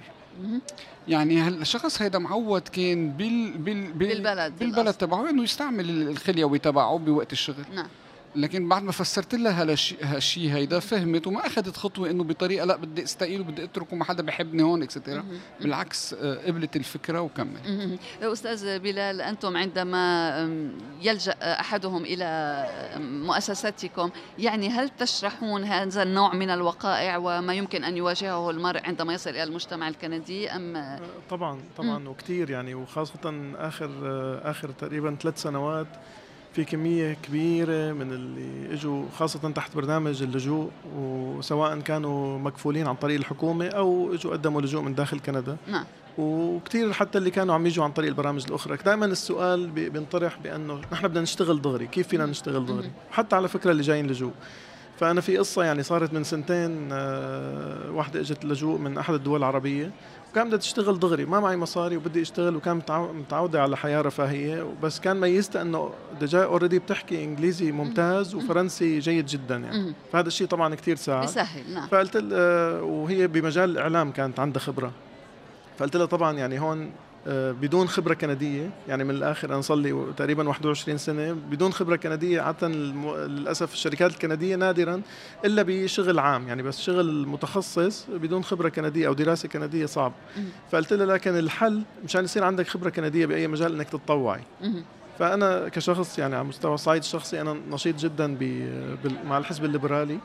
يعني هالشخص هيدا معود كان بال بال بال بالبلد بالبلد الأصل. تبعه انه يستعمل الخليوي تبعه بوقت الشغل. نعم. لكن بعد ما فسرت لها هالشيء هالشيء هيدا فهمت، وما اخذت خطوه انه بطريقه لا بدي استقيل وبدي اترك وما حدا بحبني هون اكسترا. بالعكس آه، قبلت الفكره وكمل. مهم. أستاذ بلال، أنتم عندما أم، يلجأ أحدهم إلى أم، مؤسساتكم، يعني هل تشرحون هذا النوع من الوقائع وما يمكن أن يواجهه المرء عندما يصل إلى المجتمع الكندي أم؟ طبعا طبعا وكثير يعني، وخاصة آخر آخر تقريبا ثلاث سنوات في كمية كبيرة من اللي اجوا خاصة تحت برنامج اللجوء، وسواء كانوا مكفولين عن طريق الحكومة أو اجوا قدموا لجوء من داخل كندا. نعم. وكتير حتى اللي كانوا عم يجوا عن طريق البرامج الأخرى، دائما السؤال بي- بينطرح بأنه نحن بدنا نشتغل دغري، كيف فينا نشتغل دغري؟ حتى على فكرة اللي جايين لجوء. فأنا في قصة يعني صارت من سنتين، آه، واحدة اجت لجوء من أحد الدول العربية، وكان بدها تشتغل دغري، ما معي مصاري وبدي اشتغل، وكان متعو- متعودة على حياة رفاهية، بس كان ميزتها انه دجا اوريدي بتحكي انجليزي ممتاز وفرنسي جيد جدا يعني. مم. فهذا الشيء طبعا كتير ساعد. بسهل. نعم. فقلت لها، وهي بمجال الاعلام كانت عندها خبرة، فقلت لها طبعا يعني هون آه، بدون خبرة كندية، يعني من الآخر أنا صار لي تقريبا واحد وعشرين سنة بدون خبرة كندية. عادة الم- للأسف الشركات الكندية نادرا إلا بشغل عام، يعني بس شغل متخصص بدون خبرة كندية أو دراسة كندية صعب. فقلت لها لكن الحل مشان يصير عندك خبرة كندية بأي مجال إنك تتطوعي. مهم. فأنا كشخص يعني على مستوى الصعيد الشخصي أنا نشيط جدا ب- بال- مع الحزب الليبرالي،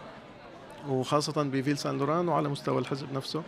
وخاصة بفيل سان لوران، وعلى مستوى الحزب نفسه.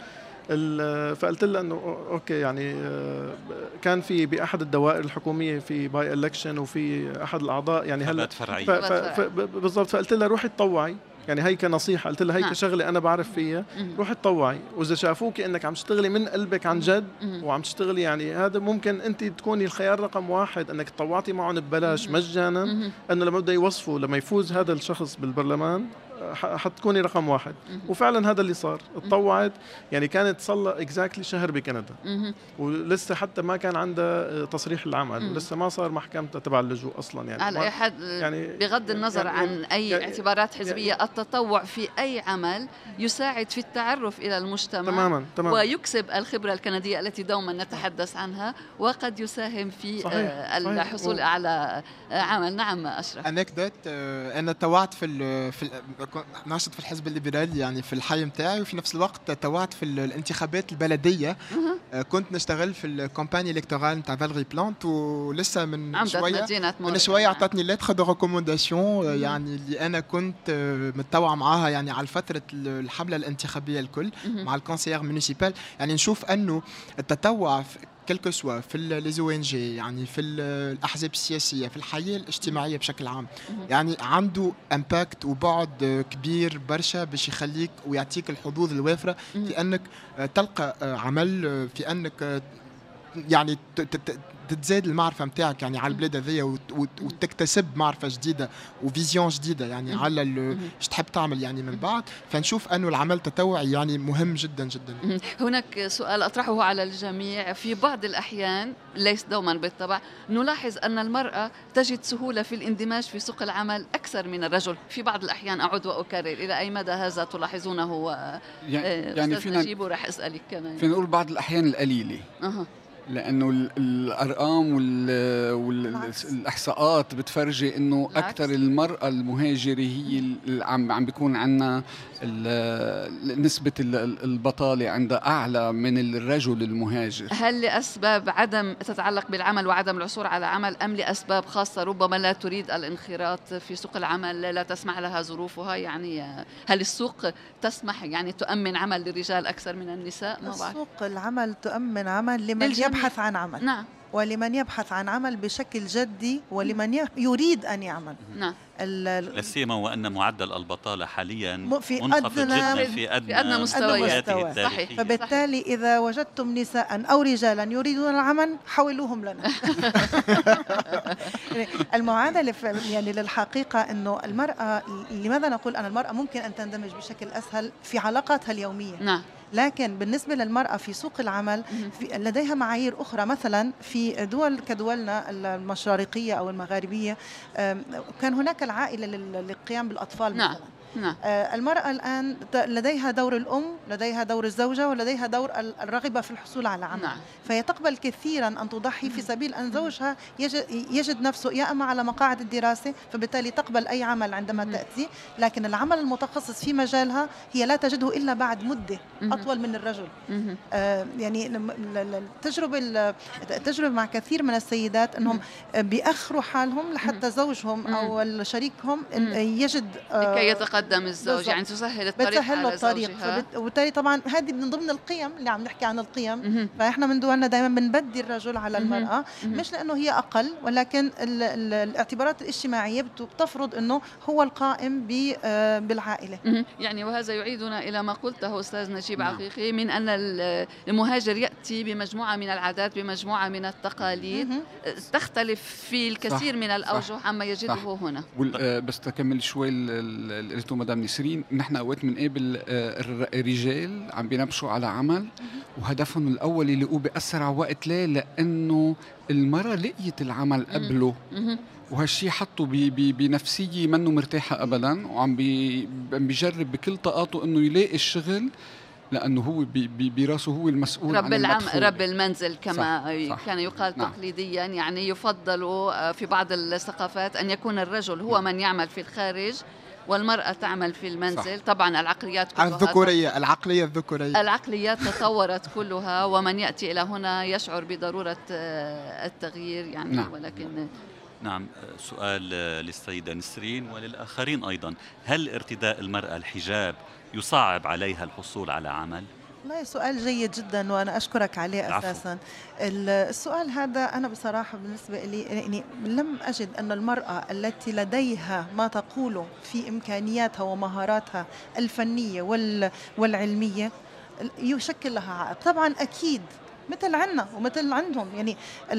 ال- فقلت لها انه اوكي يعني آه، كان في باحد الدوائر الحكوميه في باي الكشن وفي احد الاعضاء يعني هلا انتخابات فرعية. ف- ف- ف- ب- بالضبط. فقلت لها روحي تطوعي، يعني هي كنصيحه، قلت لها هي نعم. كشغله انا بعرف فيها، مهم. روحي تطوعي، واذا شافوك انك عم تشتغلي من قلبك عن جد مهم. وعم تشتغلي، يعني هذا ممكن انت تكوني الخيار رقم واحد، انك تطوعتي معهم ببلاش مجانا، مهم. انه لما بده يوصفوا لما يفوز هذا الشخص بالبرلمان ح- حتكوني رقم واحد. وفعلا هذا اللي صار، اتطوعت يعني كانت صار اكزاكتلي شهر بكندا، مهم. ولسه حتى ما كان عندها تصريح العمل، مم. ولسه ما صار محكمتها تبع اللجوء اصلا يعني. على ما- أي حد، يعني بغض النظر يعني- عن أي يعني- اعتبارات حزبية، التطوع في أي عمل يساعد في التعرف إلى المجتمع تماما تماما ويكسب الخبرة الكندية التي دوما نتحدث عنها، وقد يساهم في صحيح، آه، صحيح. الحصول و- على آه، عمل. نعم أشرف. انكدوت، انا توعت في ال في ال ناشط في الحزب الليبرالي يعني في الحي متاعي، وفي نفس الوقت توعت في ال- الانتخابات البلديه. مهم. آه، كنت نشتغل في الكامباني الكتورال نتاع فالغي بلانت، ولسه من عمدة شويه مدينة من مونريال. شويه اعطتني لتر دو ريكومونداسيون، يعني اللي انا كنت آه، متطوع معاها يعني على فتره الحمله الانتخابيه الكل مهم. مع الكونسيير مونيسيبال. يعني نشوف انه التطوع في كلكو سوا في لي او ان جي، يعني في ال- الاحزاب السياسيه، في الحياه الاجتماعيه بشكل عام، يعني عنده امباكت وبعد كبير برشا باش يخليك ويعطيك الحظوظ الوافره في انك آه، تلقى آه، عمل، آه، في انك آه، يعني ت- ت- ت- تتزاد المعرفه نتاعك يعني على البلاد هذيا، وت- وت- وتكتسب معرفه جديده وفيزيون جديده يعني على ال- ايش تحب تعمل يعني من بعد. فنشوف انه العمل التطوعي يعني مهم جدا جدا. مهم. هناك سؤال أطرحه على الجميع. في بعض الأحيان، ليس دوما بالطبع، نلاحظ أن المرأة تجد سهولة في الاندماج في سوق العمل أكثر من الرجل. في بعض الأحيان، أعود وأكرر، إلى أي مدى هذا تلاحظونه؟ يعني, آه، يعني أستاذ فينا نجيب، ورح أسألك كمان. فينا نقول بعض الأحيان القليلة، أها. لانه ال- الارقام والاحصاءات بتفرجي انه بالعكس. اكثر المراه المهاجره هي اللي عم عم بيكون عندنا نسبة البطالة عندها أعلى من الرجل المهاجر. هل لأسباب عدم تتعلق بالعمل وعدم العثور على عمل، أم لأسباب خاصة ربما لا تريد الانخراط في سوق العمل، لا تسمح لها ظروفها؟ يعني هل السوق تسمح يعني تؤمن عمل للرجال أكثر من النساء؟ ما بعرف. سوق العمل تؤمن عمل لمن للجميع. يبحث عن عمل. نعم. ولمن يبحث عن عمل بشكل جدي ولمن يريد أن يعمل. نعم. لا سيما وأن معدل البطالة حاليا في منخفض جدا في أدنى, أدنى مستوياته. صحيح. فبالتالي إذا وجدتم نساء أو رجالا يريدون العمل حولوهم لنا. المعادلة يعني للحقيقة أنه المرأة، لماذا نقول أن المرأة ممكن أن تندمج بشكل أسهل في علاقاتها اليومية؟ نعم. لكن بالنسبة للمرأة في سوق العمل في لديها معايير أخرى. مثلا في دول كدولنا المشارقية أو المغاربية كان هناك العائلة للقيام بالأطفال. نعم. مثلا نعم. المرأة الآن لديها دور الأم، لديها دور الزوجة، ولديها دور الرغبة في الحصول على عمل. نعم. فهي تقبل كثيرا أن تضحي في سبيل أن زوجها يجد نفسه يا أما على مقاعد الدراسة، فبالتالي تقبل أي عمل عندما تأتي، لكن العمل المتخصص في مجالها هي لا تجده إلا بعد مدة أطول من الرجل. آه يعني التجربة التجربة مع كثير من السيدات أنهم بيأخروا حالهم لحتى زوجهم أو شريكهم يجد آه لكي يتقدم قدم الزوج بالزبط. يعني تسهل الطريق على زوجها. وبالتالي طبعا هذه من ضمن القيم اللي عم نحكي عن القيم. م-م. فاحنا من دولنا دائما بنبدي الرجل على المرأة. م-م. مش لأنه هي أقل، ولكن ال ال الاعتبارات الاجتماعية بتفرض أنه هو القائم بالعائلة. م-م. يعني وهذا يعيدنا إلى ما قلته أستاذ نجيب م-م. عقيقي من أن المهاجر يأتي بمجموعة من العادات، بمجموعة من التقاليد م-م. تختلف في الكثير صح. من الأوجه عما يجده صح. هنا. بس تكمل شوي مدام نسرين، نحن اوقات بنقابل الرجال عم بينبشوا على عمل وهدفهم الاول يلاقوه باسرع وقت. ليه؟ لانه المراه لقيت العمل قبله، وهالشي حطه بنفسيه منه مرتاحه ابدا، وعم بيجرب بكل طاقاته انه يلاقي الشغل، لانه هو براسه هو المسؤول رب عن العمل، رب المنزل كما صح. صح. كان يقال نعم. تقليديا. يعني يفضل في بعض الثقافات ان يكون الرجل هو من يعمل في الخارج والمرأة تعمل في المنزل. صح. طبعا العقليات كلها الذكورية العقلية الذكورية العقليات تطورت كلها، ومن يأتي إلى هنا يشعر بضرورة التغيير يعني. نعم. ولكن نعم. سؤال للسيدة نسرين وللآخرين أيضا، هل ارتداء المرأة الحجاب يصعب عليها الحصول على عمل؟ والله سؤال جيد جدا وأنا أشكرك عليه. أساسا السؤال هذا أنا بصراحة بالنسبة لي يعني لم أجد أن المرأة التي لديها ما تقوله في إمكانياتها ومهاراتها الفنية والعلمية يشكل لها عائق. طبعا أكيد مثل عنا ومثل عندهم، يعني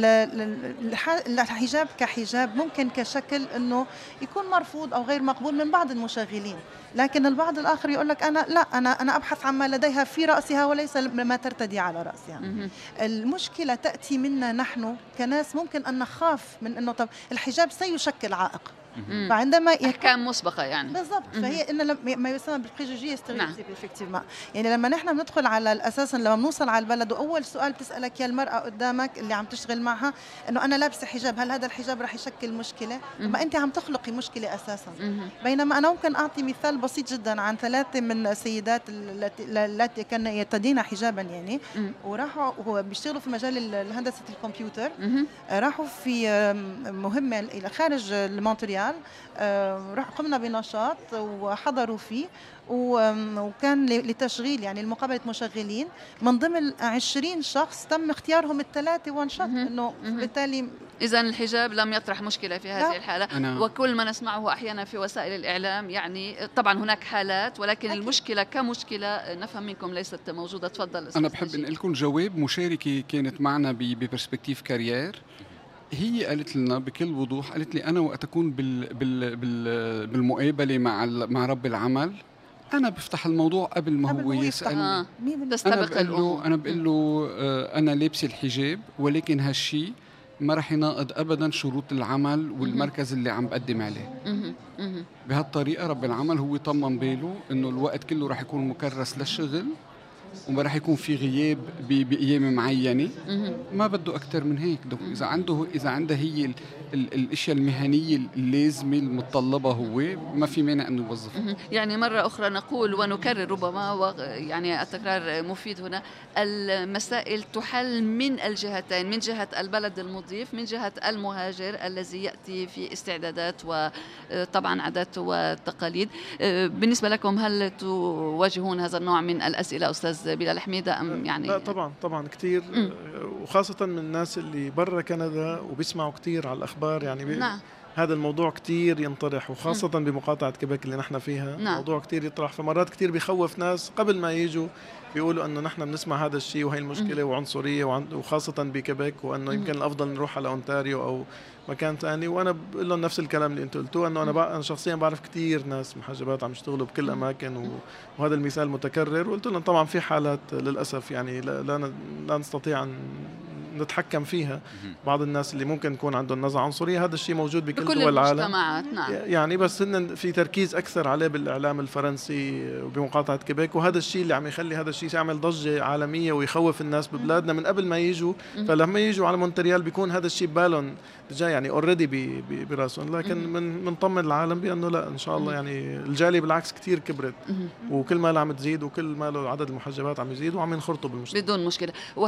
الحجاب كحجاب ممكن كشكل أنه يكون مرفوض أو غير مقبول من بعض المشغلين، لكن البعض الآخر يقول لك أنا لا أنا أنا أبحث عما لديها في رأسها وليس ما ترتدي على رأسها. يعني. المشكلة تأتي منا نحن كناس، ممكن أن نخاف من أنه طب الحجاب سيشكل عائق. فعندما أحكام مسبقة يعني بالضبط. فهي إن ما يسمى بالبريجوجي ستيريوتيب إفكتيفمون. يعني لما نحن بندخل على الأساس لما بنوصل على البلد وأول سؤال بتسألك يا المرأة قدامك اللي عم تشتغل معها إنه أنا لابسة حجاب، هل هذا الحجاب رح يشكل مشكلة؟ ما أنت عم تخلقي مشكلة أساسا. بينما أنا ممكن أعطي مثال بسيط جدا عن ثلاثة من السيدات التي كان يرتدين حجابا يعني وراحوا وهو بيشتغلوا في مجال هندسة الكمبيوتر، راحوا في مهمة إلى خارج مونتريال، راح قمنا بنشاط وحضروا فيه وكان لتشغيل يعني لمقابلة مشغلين. من ضمن عشرين شخص تم اختيارهم الثلاثة وان شوت. انه بالتالي اذا الحجاب لم يطرح مشكلة في هذه الحالة. وكل ما نسمعه احيانا في وسائل الاعلام يعني طبعا هناك حالات، ولكن أكيد. المشكلة كمشكلة نفهم منكم ليست موجودة. تفضل. انا بحب انقل لكم جواب. مشاركة كانت معنا ببرسبكتيف كارير، هي قالت لنا بكل وضوح، قالت لي أنا وقت أكون بال بال بال بالمقابلة مع مع رب العمل أنا بفتح الموضوع قبل ما هو يسألني. آه. أنا بقول له أنا بقول له آه أنا لابسة الحجاب، ولكن هالشي ما رح يناقض أبدا شروط العمل والمركز اللي عم بقدم عليه. بهالطريقة رب العمل هو طمن باله إنه الوقت كله رح يكون مكرس للشغل، وما راح يكون في غياب ب- بايام معينه، مهم. ما بده اكثر من هيك. دونك اذا عنده اذا عنده هي ال- ال- الاشياء المهنيه اللازمه المتطلبه، هو ما في مانع انه يوظفها. مهم. يعني مرة أخرى نقول ونكرر ربما و- يعني التكرار مفيد هنا، المسائل تحل من الجهتين، من جهة البلد المضيف، من جهة المهاجر الذي يأتي في استعدادات وطبعا عادات وتقاليد. بالنسبة لكم هل تواجهون هذا النوع من الأسئلة أستاذ بلال حميدة أم يعني؟ لا طبعا طبعا كثير، وخاصة من الناس اللي برا كندا وبيسمعوا كثير على الأخبار، يعني بي نعم. هذا الموضوع كتير ينطرح، وخاصة بمقاطعة كيبيك اللي نحن فيها. نعم. موضوع كتير يطرح، فمرات كتير بيخوف ناس قبل ما يجوا، بيقولوا انه نحن بنسمع هذا الشيء وهي المشكلة وعنصرية، وخاصة بكيبيك، وانه يمكن الافضل نروح على اونتاريو او مكان ثاني. وانا بقول لهم نفس الكلام اللي انتم قلتوه، انه انا بع... انا شخصيا بعرف كتير ناس محجبات عم يشتغلوا بكل اماكن، و... وهذا المثال متكرر. وقلت لهم طبعا في حالات للاسف يعني لا, لا, ن... لا نستطيع ان نتحكم فيها. بعض الناس اللي ممكن يكون عندهم نزعة عنصرية، هذا الشيء موجود بكل بكل دول العالم. المجتمعات. نعم. يعني بس هن في تركيز اكثر عليه بالاعلام الفرنسي وبمقاطعه كيبيك، وهذا الشيء اللي عم يخلي هذا الشيء يعمل ضجه عالميه ويخوف الناس ببلادنا من قبل ما يجوا. فلما يجوا على مونتريال بيكون هذا الشيء ببالهم جاي، يعني اوريدي براسهم. لكن من بنطمن العالم بانه لا، ان شاء الله يعني الجاليه بالعكس كثير كبرت، وكل ما عم تزيد وكل ما له عدد المحجبات عم يزيد وعم ينخرطوا بالمجتمع بدون مشكلة.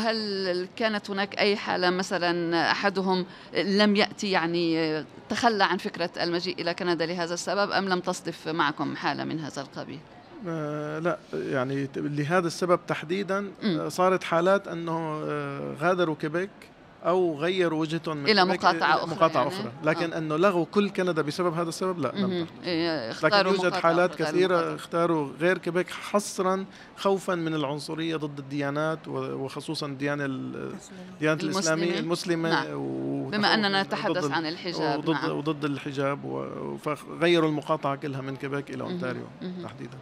وهل كانت هناك أي حالة مثلا أحدهم لم يأتي يعني تخلى عن فكرة المجيء إلى كندا لهذا السبب، أم لم تصدف معكم حالة من هذا القبيل؟ آه لا، يعني لهذا السبب تحديدا آه صارت حالات أنه آه غادروا كيبيك أو غيروا وجهتهم من إلى كيبيك مقاطعة إلى أخرى مقاطعة يعني. أخرى. لكن آه. أنه لغوا كل كندا بسبب هذا السبب لا، لم تحدث. إيه، لكن يوجد مقاطعة حالات غير كثيرة مقاطعة. اختاروا غير كيبيك حصرا خوفا من العنصرية ضد الديانات، وخصوصا الديانة الديانة الإسلامية المسلمة. نعم. بما أننا نتحدث ضد عن الحجاب. وضد, نعم. وضد الحجاب، و- فغيروا المقاطعة كلها من كيبيك إلى أونتاريو تحديدا.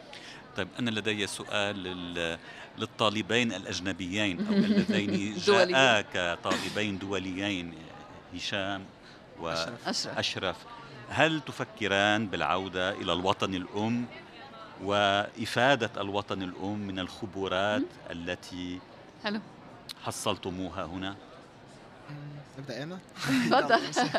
طيب أنا لدي سؤال لل- للطالبين الأجنبيين أو اللذين دوليين. جاءا كطالبين دوليين، هشام أشرف. وأشرف، هل تفكران بالعودة إلى الوطن الأم وإفادة الوطن الأم من الخبرات التي حلو. حصلتموها هنا؟ نبدأ أنا؟ تفضل.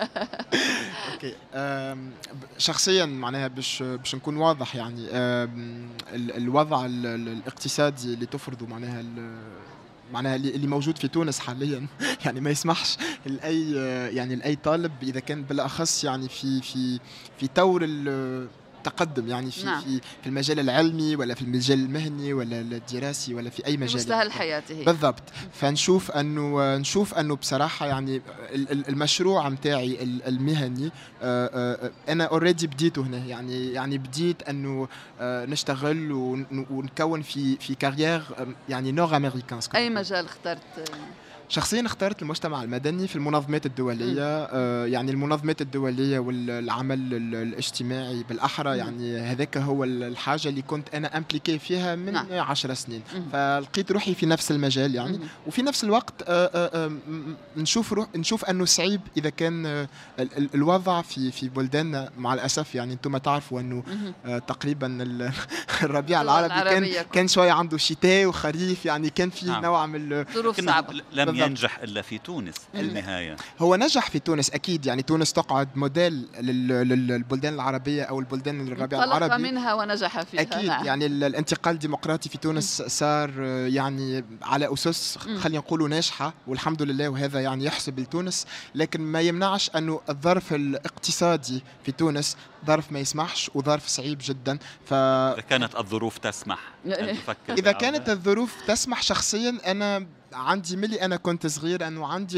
اوكي. أم، شخصيا معناها باش باش نكون واضح، يعني أم، ال- الوضع ال- ال- الاقتصادي اللي تفرضه معناها ال- معناها اللي اللي موجود في تونس حاليا يعني ما يسمحش لاي يعني لاي طالب، اذا كان بالاخص يعني في في في طور ال- التقدم، يعني في نعم. في في المجال العلمي ولا في المجال المهني ولا الدراسي ولا في اي مجال مستهل حياته. بالضبط. فنشوف انه نشوف انه بصراحه يعني ال- ال- المشروع متاعي ال- المهني آه، آه، انا اوريدي بديته هنا، يعني يعني بديت انه آه، نشتغل ون- ونكون في في كارير يعني نور امريكان. أي مجال اخترت؟ شخصيا اخترت المجتمع المدني في المنظمات الدولية. آه يعني المنظمات الدولية والعمل ال- الاجتماعي بالأحرى، يعني هذاك هو ال- الحاجة اللي كنت أنا أمبليكي فيها من نعم. عشر سنين. مم. فلقيت روحي في نفس المجال يعني. مم. وفي نفس الوقت آه آه آه م- نشوف روح نشوف أنه صعيب إذا كان آه ال- ال- الوضع في في بلداننا مع الأسف، يعني أنتم تعرفوا أنه مهم. آه تقريبا ال- الربيع اللغة العربي العربية كان كان شوية عنده شتاء وخريف، يعني كان في نعم. نوع من ال- ظروف كنا صعبة. ل- لم بالضبط. ينجح إلا في تونس في النهاية. هو نجح في تونس أكيد، يعني تونس تقعد موديل لل- لل- للبلدان العربية أو البلدان الربيع انطلق العربي. منها ونجح فيها. أكيد. نعم. يعني ال- الانتقال الديمقراطي في تونس صار آه، يعني على أسس مم. خلينا نقولوا ناجحة والحمد لله، وهذا يعني يحسب لتونس. لكن ما يمنعش أنه الظرف الاقتصادي في تونس ظرف ما يسمحش وظرف صعيب جدا. ف إذا كانت الظروف تسمح أن تفكر إذا بالعودة؟ كانت الظروف تسمح، شخصيا أنا عندي ملي أنا كنت صغير أنه عندي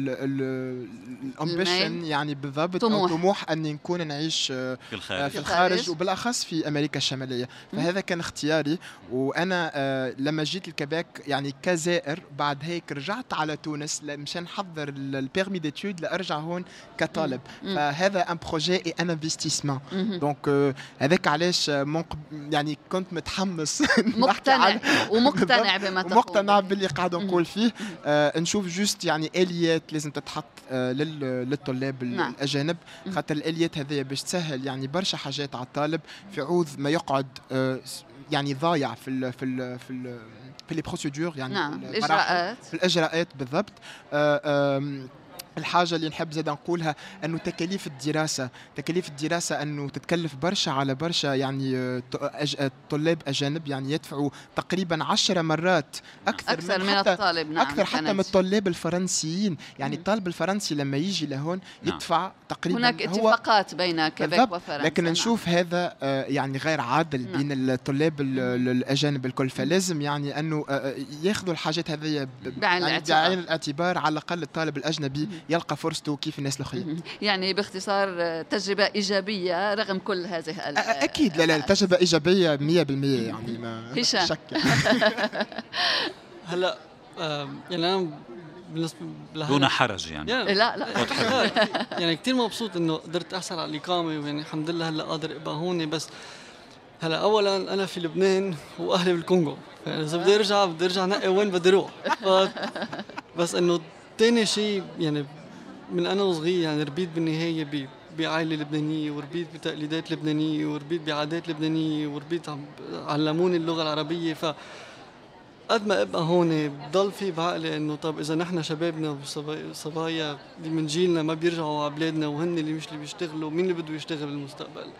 الامبيشن، يعني بالضبط أو طموح. طموح أني نكون نعيش آه، في آه، الخارج. في الخارج. الخارج وبالأخص في أمريكا الشمالية. فهذا كان اختياري. وأنا آه، لما جيت الكباك يعني كزائر، بعد هيك رجعت على تونس مشان نحضر البيرمي ديتود لأرجع هون كطالب. مم. فهذا ان بروجي اي ان انفستيسمون. مهم. دونك آه، هذاك علاش آه، منق... يعني كنت متحمس نحكي مقتنع عن- ومقتنع بما تقول. مقتنع باللي قاعد مم. نقول فيه. آه نشوف جوست يعني اليات لازم تتحط آه لل- للطلاب ال- نعم. الاجانب، خاطر الاليات هذه باش تسهل يعني برشا حاجات على الطالب، في عوض ما يقعد آه س- يعني ضايع في ال في ال في ال في لي بروسيدور، يعني نعم الإجراءات في الإجراءات بالضبط. آه الحاجة اللي نحب زاد نقولها أنه تكاليف الدراسة تكاليف الدراسة أنه تتكلف برشا على برشا، يعني طلاب أجانب يعني يدفعوا تقريبا عشر مرات أكثر, أكثر من, من حتى الطالب. نعم أكثر حتى من الطلاب الفرنسيين، يعني مم. الطالب الفرنسي لما يجي لهون يدفع نعم. تقريبا هناك اتفاقات بين كيبيك وفرنسا، لكن نعم. نشوف هذا يعني غير عادل نعم. بين الطلاب الأجانب الكل، فلازم يعني أنه ياخذوا الحاجات هذه بعين يعني الاعتبار، على الأقل الطالب الأجنبي مم. يلقى فرصته كيف الناس الأخرين. يعني باختصار تجربة إيجابية رغم كل هذه أكيد. لا لا تجربة إيجابية مية بالمية، يعني ما شك. هلا يعني أنا بالنسبة دون حرج يعني, يعني لا لا يعني كتير مبسوط إنه قدرت أحصل على الإقامة، ويعني الحمد لله هلا قادر أبقى هون. بس هلا أولا أنا في لبنان وأهلي بالكونغو، يعني إذا بدي أرجع بدي أرجع نقي وين بدي أروح. بس إنه تاني شيء يعني من أنا وصغير يعني ربيت بالنهاية بعائلة لبنانية، وربيت بتقليدات لبنانية، وربيت بعادات لبنانية، وربيت علموني اللغة العربية. ف قد ما ابقى هون بضل في بعقلي انه طب اذا نحن شبابنا وصبايا اللي من جيلنا ما بيرجعوا على بلادنا، وهن اللي مش اللي بيشتغلوا، مين اللي بده يشتغل بالمستقبل؟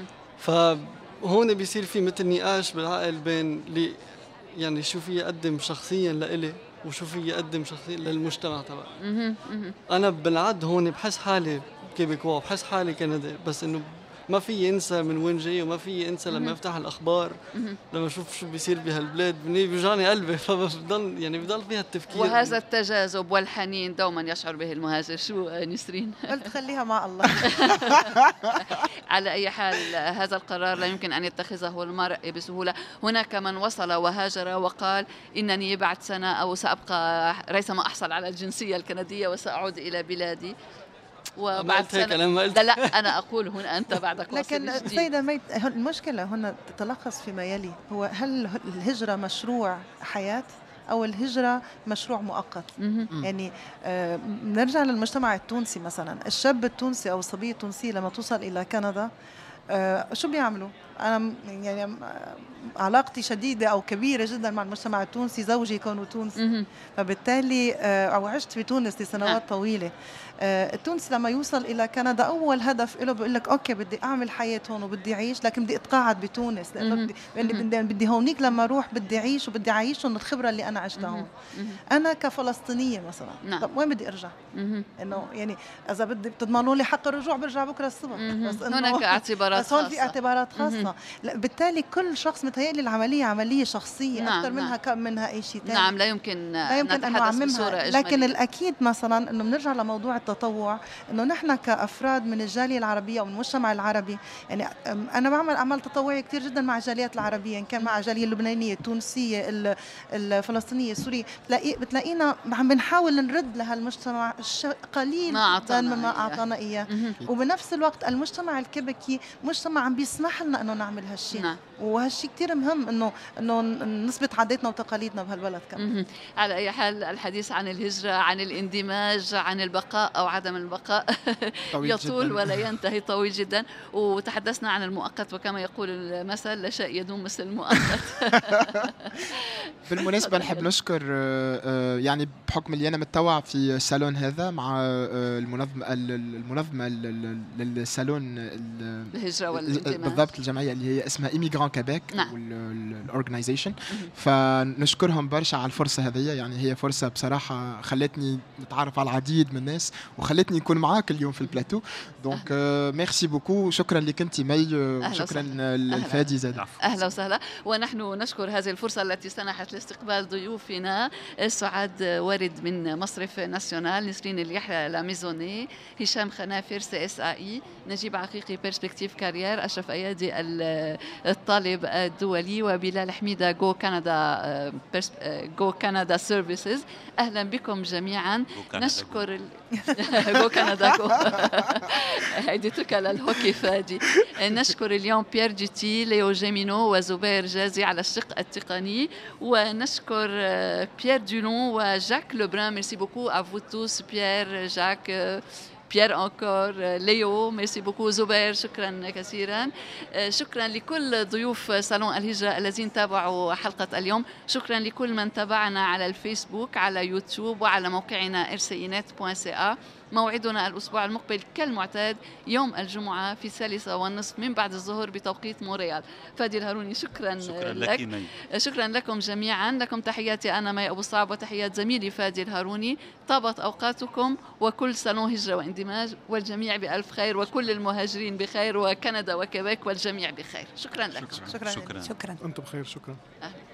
فهون بيصير في مثل نقاش بالعقل بين اللي يعني شو في اقدم شخصيا لإلي وشو في اقدم شخصيا للمجتمع تبعي. انا بالعد هون بحس حالي كيبيكوا، بحس حالي كندي، بس انه ما في انسى من وين جاي، وما في انسى لما افتح الاخبار لما اشوف شو بيصير بهالبلاد بيوجعني قلبي. فبضل يعني بضل فيها التفكير. وهذا التجاذب والحنين دوما يشعر به المهاجر. شو نسرين؟ قلت خليها مع الله. على اي حال هذا القرار لا يمكن ان يتخذه المرء بسهوله. هناك من وصل وهاجر وقال انني بعد سنه او سابقى ريثما احصل على الجنسيه الكنديه وساعود الى بلادي. وبعد سنة لا, لا أنا أقول هنا أنت بعدك. لكن سيدة ميت المشكلة هنا تتلخص فيما يلي، هو هل الهجرة مشروع حياة أو الهجرة مشروع مؤقت؟ يعني آه نرجع للمجتمع التونسي مثلا، الشاب التونسي أو الصبية التونسية لما توصل إلى كندا آه شو بيعملوا؟ أنا يعني علاقتي شديدة أو كبيرة جدا مع المجتمع التونسي، زوجي كونه تونسي، فبالتالي آه أو عشت في تونس لسنوات طويلة. آه التونسي لما يوصل إلى كندا أول هدف له بيقول لك أوكي بدي أعمل حياة هون وبدي أعيش، لكن بدي أتقاعد بتونس، لأنه بدي, بدي, بدي هونيك لما أروح بدي أعيش وبدي أعيشهم الخبرة اللي أنا عشتها هون. أنا كفلسطينية مثلا نعم. طب وين بدي أرجع؟ إنه يعني إذا بدي بتضمنوا لي حق الرجوع برجع بكرة الصبح. بس هناك اعتبارات خاصة. بس هون في اعتبارات خاصة. بالتالي كل شخص متهيألي العملية عملية شخصية نعم أكثر منها نعم. منها أي شيء ثاني. نعم لا يمكن لا يمكن أن نعممها، لكن الأكيد مثلا إنه بنرجع لموضوع التطوع، إنه نحن كأفراد من الجالية العربية أو من المجتمع العربي، يعني أنا بعمل أعمال تطوعية كتير جدا مع الجاليات العربية، إن كان مع الجالية اللبنانية، التونسية، الفلسطينية، السورية، بتلاقي بتلاقينا عم بنحاول نرد لهالمجتمع قليل ما أعطانا إياه، وبنفس الوقت المجتمع الكيبيكي مجتمع عم بيسمح لنا إنه نعمل هالشيء نعم. وهالشيء كتير مهم إنه إنه نثبت عاداتنا وتقاليدنا بهالبلد كمان. على أي حال الحديث عن الهجرة، عن الاندماج، عن البقاء أو عدم البقاء يطول جداً. ولا ينتهي، طويل جدا. وتحدثنا عن المؤقت، وكما يقول المثل لا شيء يدوم مثل المؤقت. بالمناسبة نحب نشكر يعني بحكم اللي أنا متطوع في الصالون هذا مع المنظمة المنظمة للصالون الهجرة والاندماج بالضبط، الجمعية اللي هي اسمها إيميغران كيبيك والأورجنايزيشن، فنشكرهم برشا على الفرصة هذه. يعني هي فرصة بصراحة خلتني نتعرف على العديد من الناس وخلتني نكون معاك اليوم في البلاتو. دونك ميرسي بوكو، شكرا لك انت مي، وشكرا للفادي زاد. اهلا وسهلا. ونحن نشكر هذه الفرصه التي سنحت لاستقبال ضيوفنا سعاد وارد من مصرف ناسيونال، نسرين اليحيى لاميزوني، هشام خنافر سي اس اي، نجيب عقيقي بيرسبكتيف كارير، اشرف ايادي الطالب الدولي، وبلال حميده جو كندا جو كندا سيرفيسز. اهلا بكم جميعا. نشكر جو كندا جو هيديتك للهوكي فادي. نشكر اليوم بيير جيتي، ليو جيمينو وزبير جازي على الشق التقني، ونشكر بيير دولون وجاك لوبران. ميرسي بوكو افو توس، بيير، جاك، بيير أنكور، ليو، ميرسي بوكو، زبير، شكرا كثيرا. شكرا لكل ضيوف صالون الهجرة الذين تابعوا حلقة اليوم. شكرا لكل من تابعنا على الفيسبوك، على يوتيوب، وعلى موقعنا إر سي إي نت دوت سي إيه. موعدنا الأسبوع المقبل كالمعتاد يوم الجمعة في الثالثة والنصف من بعد الظهر بتوقيت مونريال. فادي الهاروني شكرا, شكرا لك, لك شكرا لكم جميعا. لكم تحياتي أنا مي أبو صعب وتحيات زميلي فادي الهاروني. طابت أوقاتكم وكل صالون هجرة واندماج والجميع بألف خير، وكل المهاجرين بخير، وكندا وكيبيك والجميع بخير. شكرا لكم. شكرا, شكرا. شكرا, شكرا. أنتم بخير. شكرا. أهلا.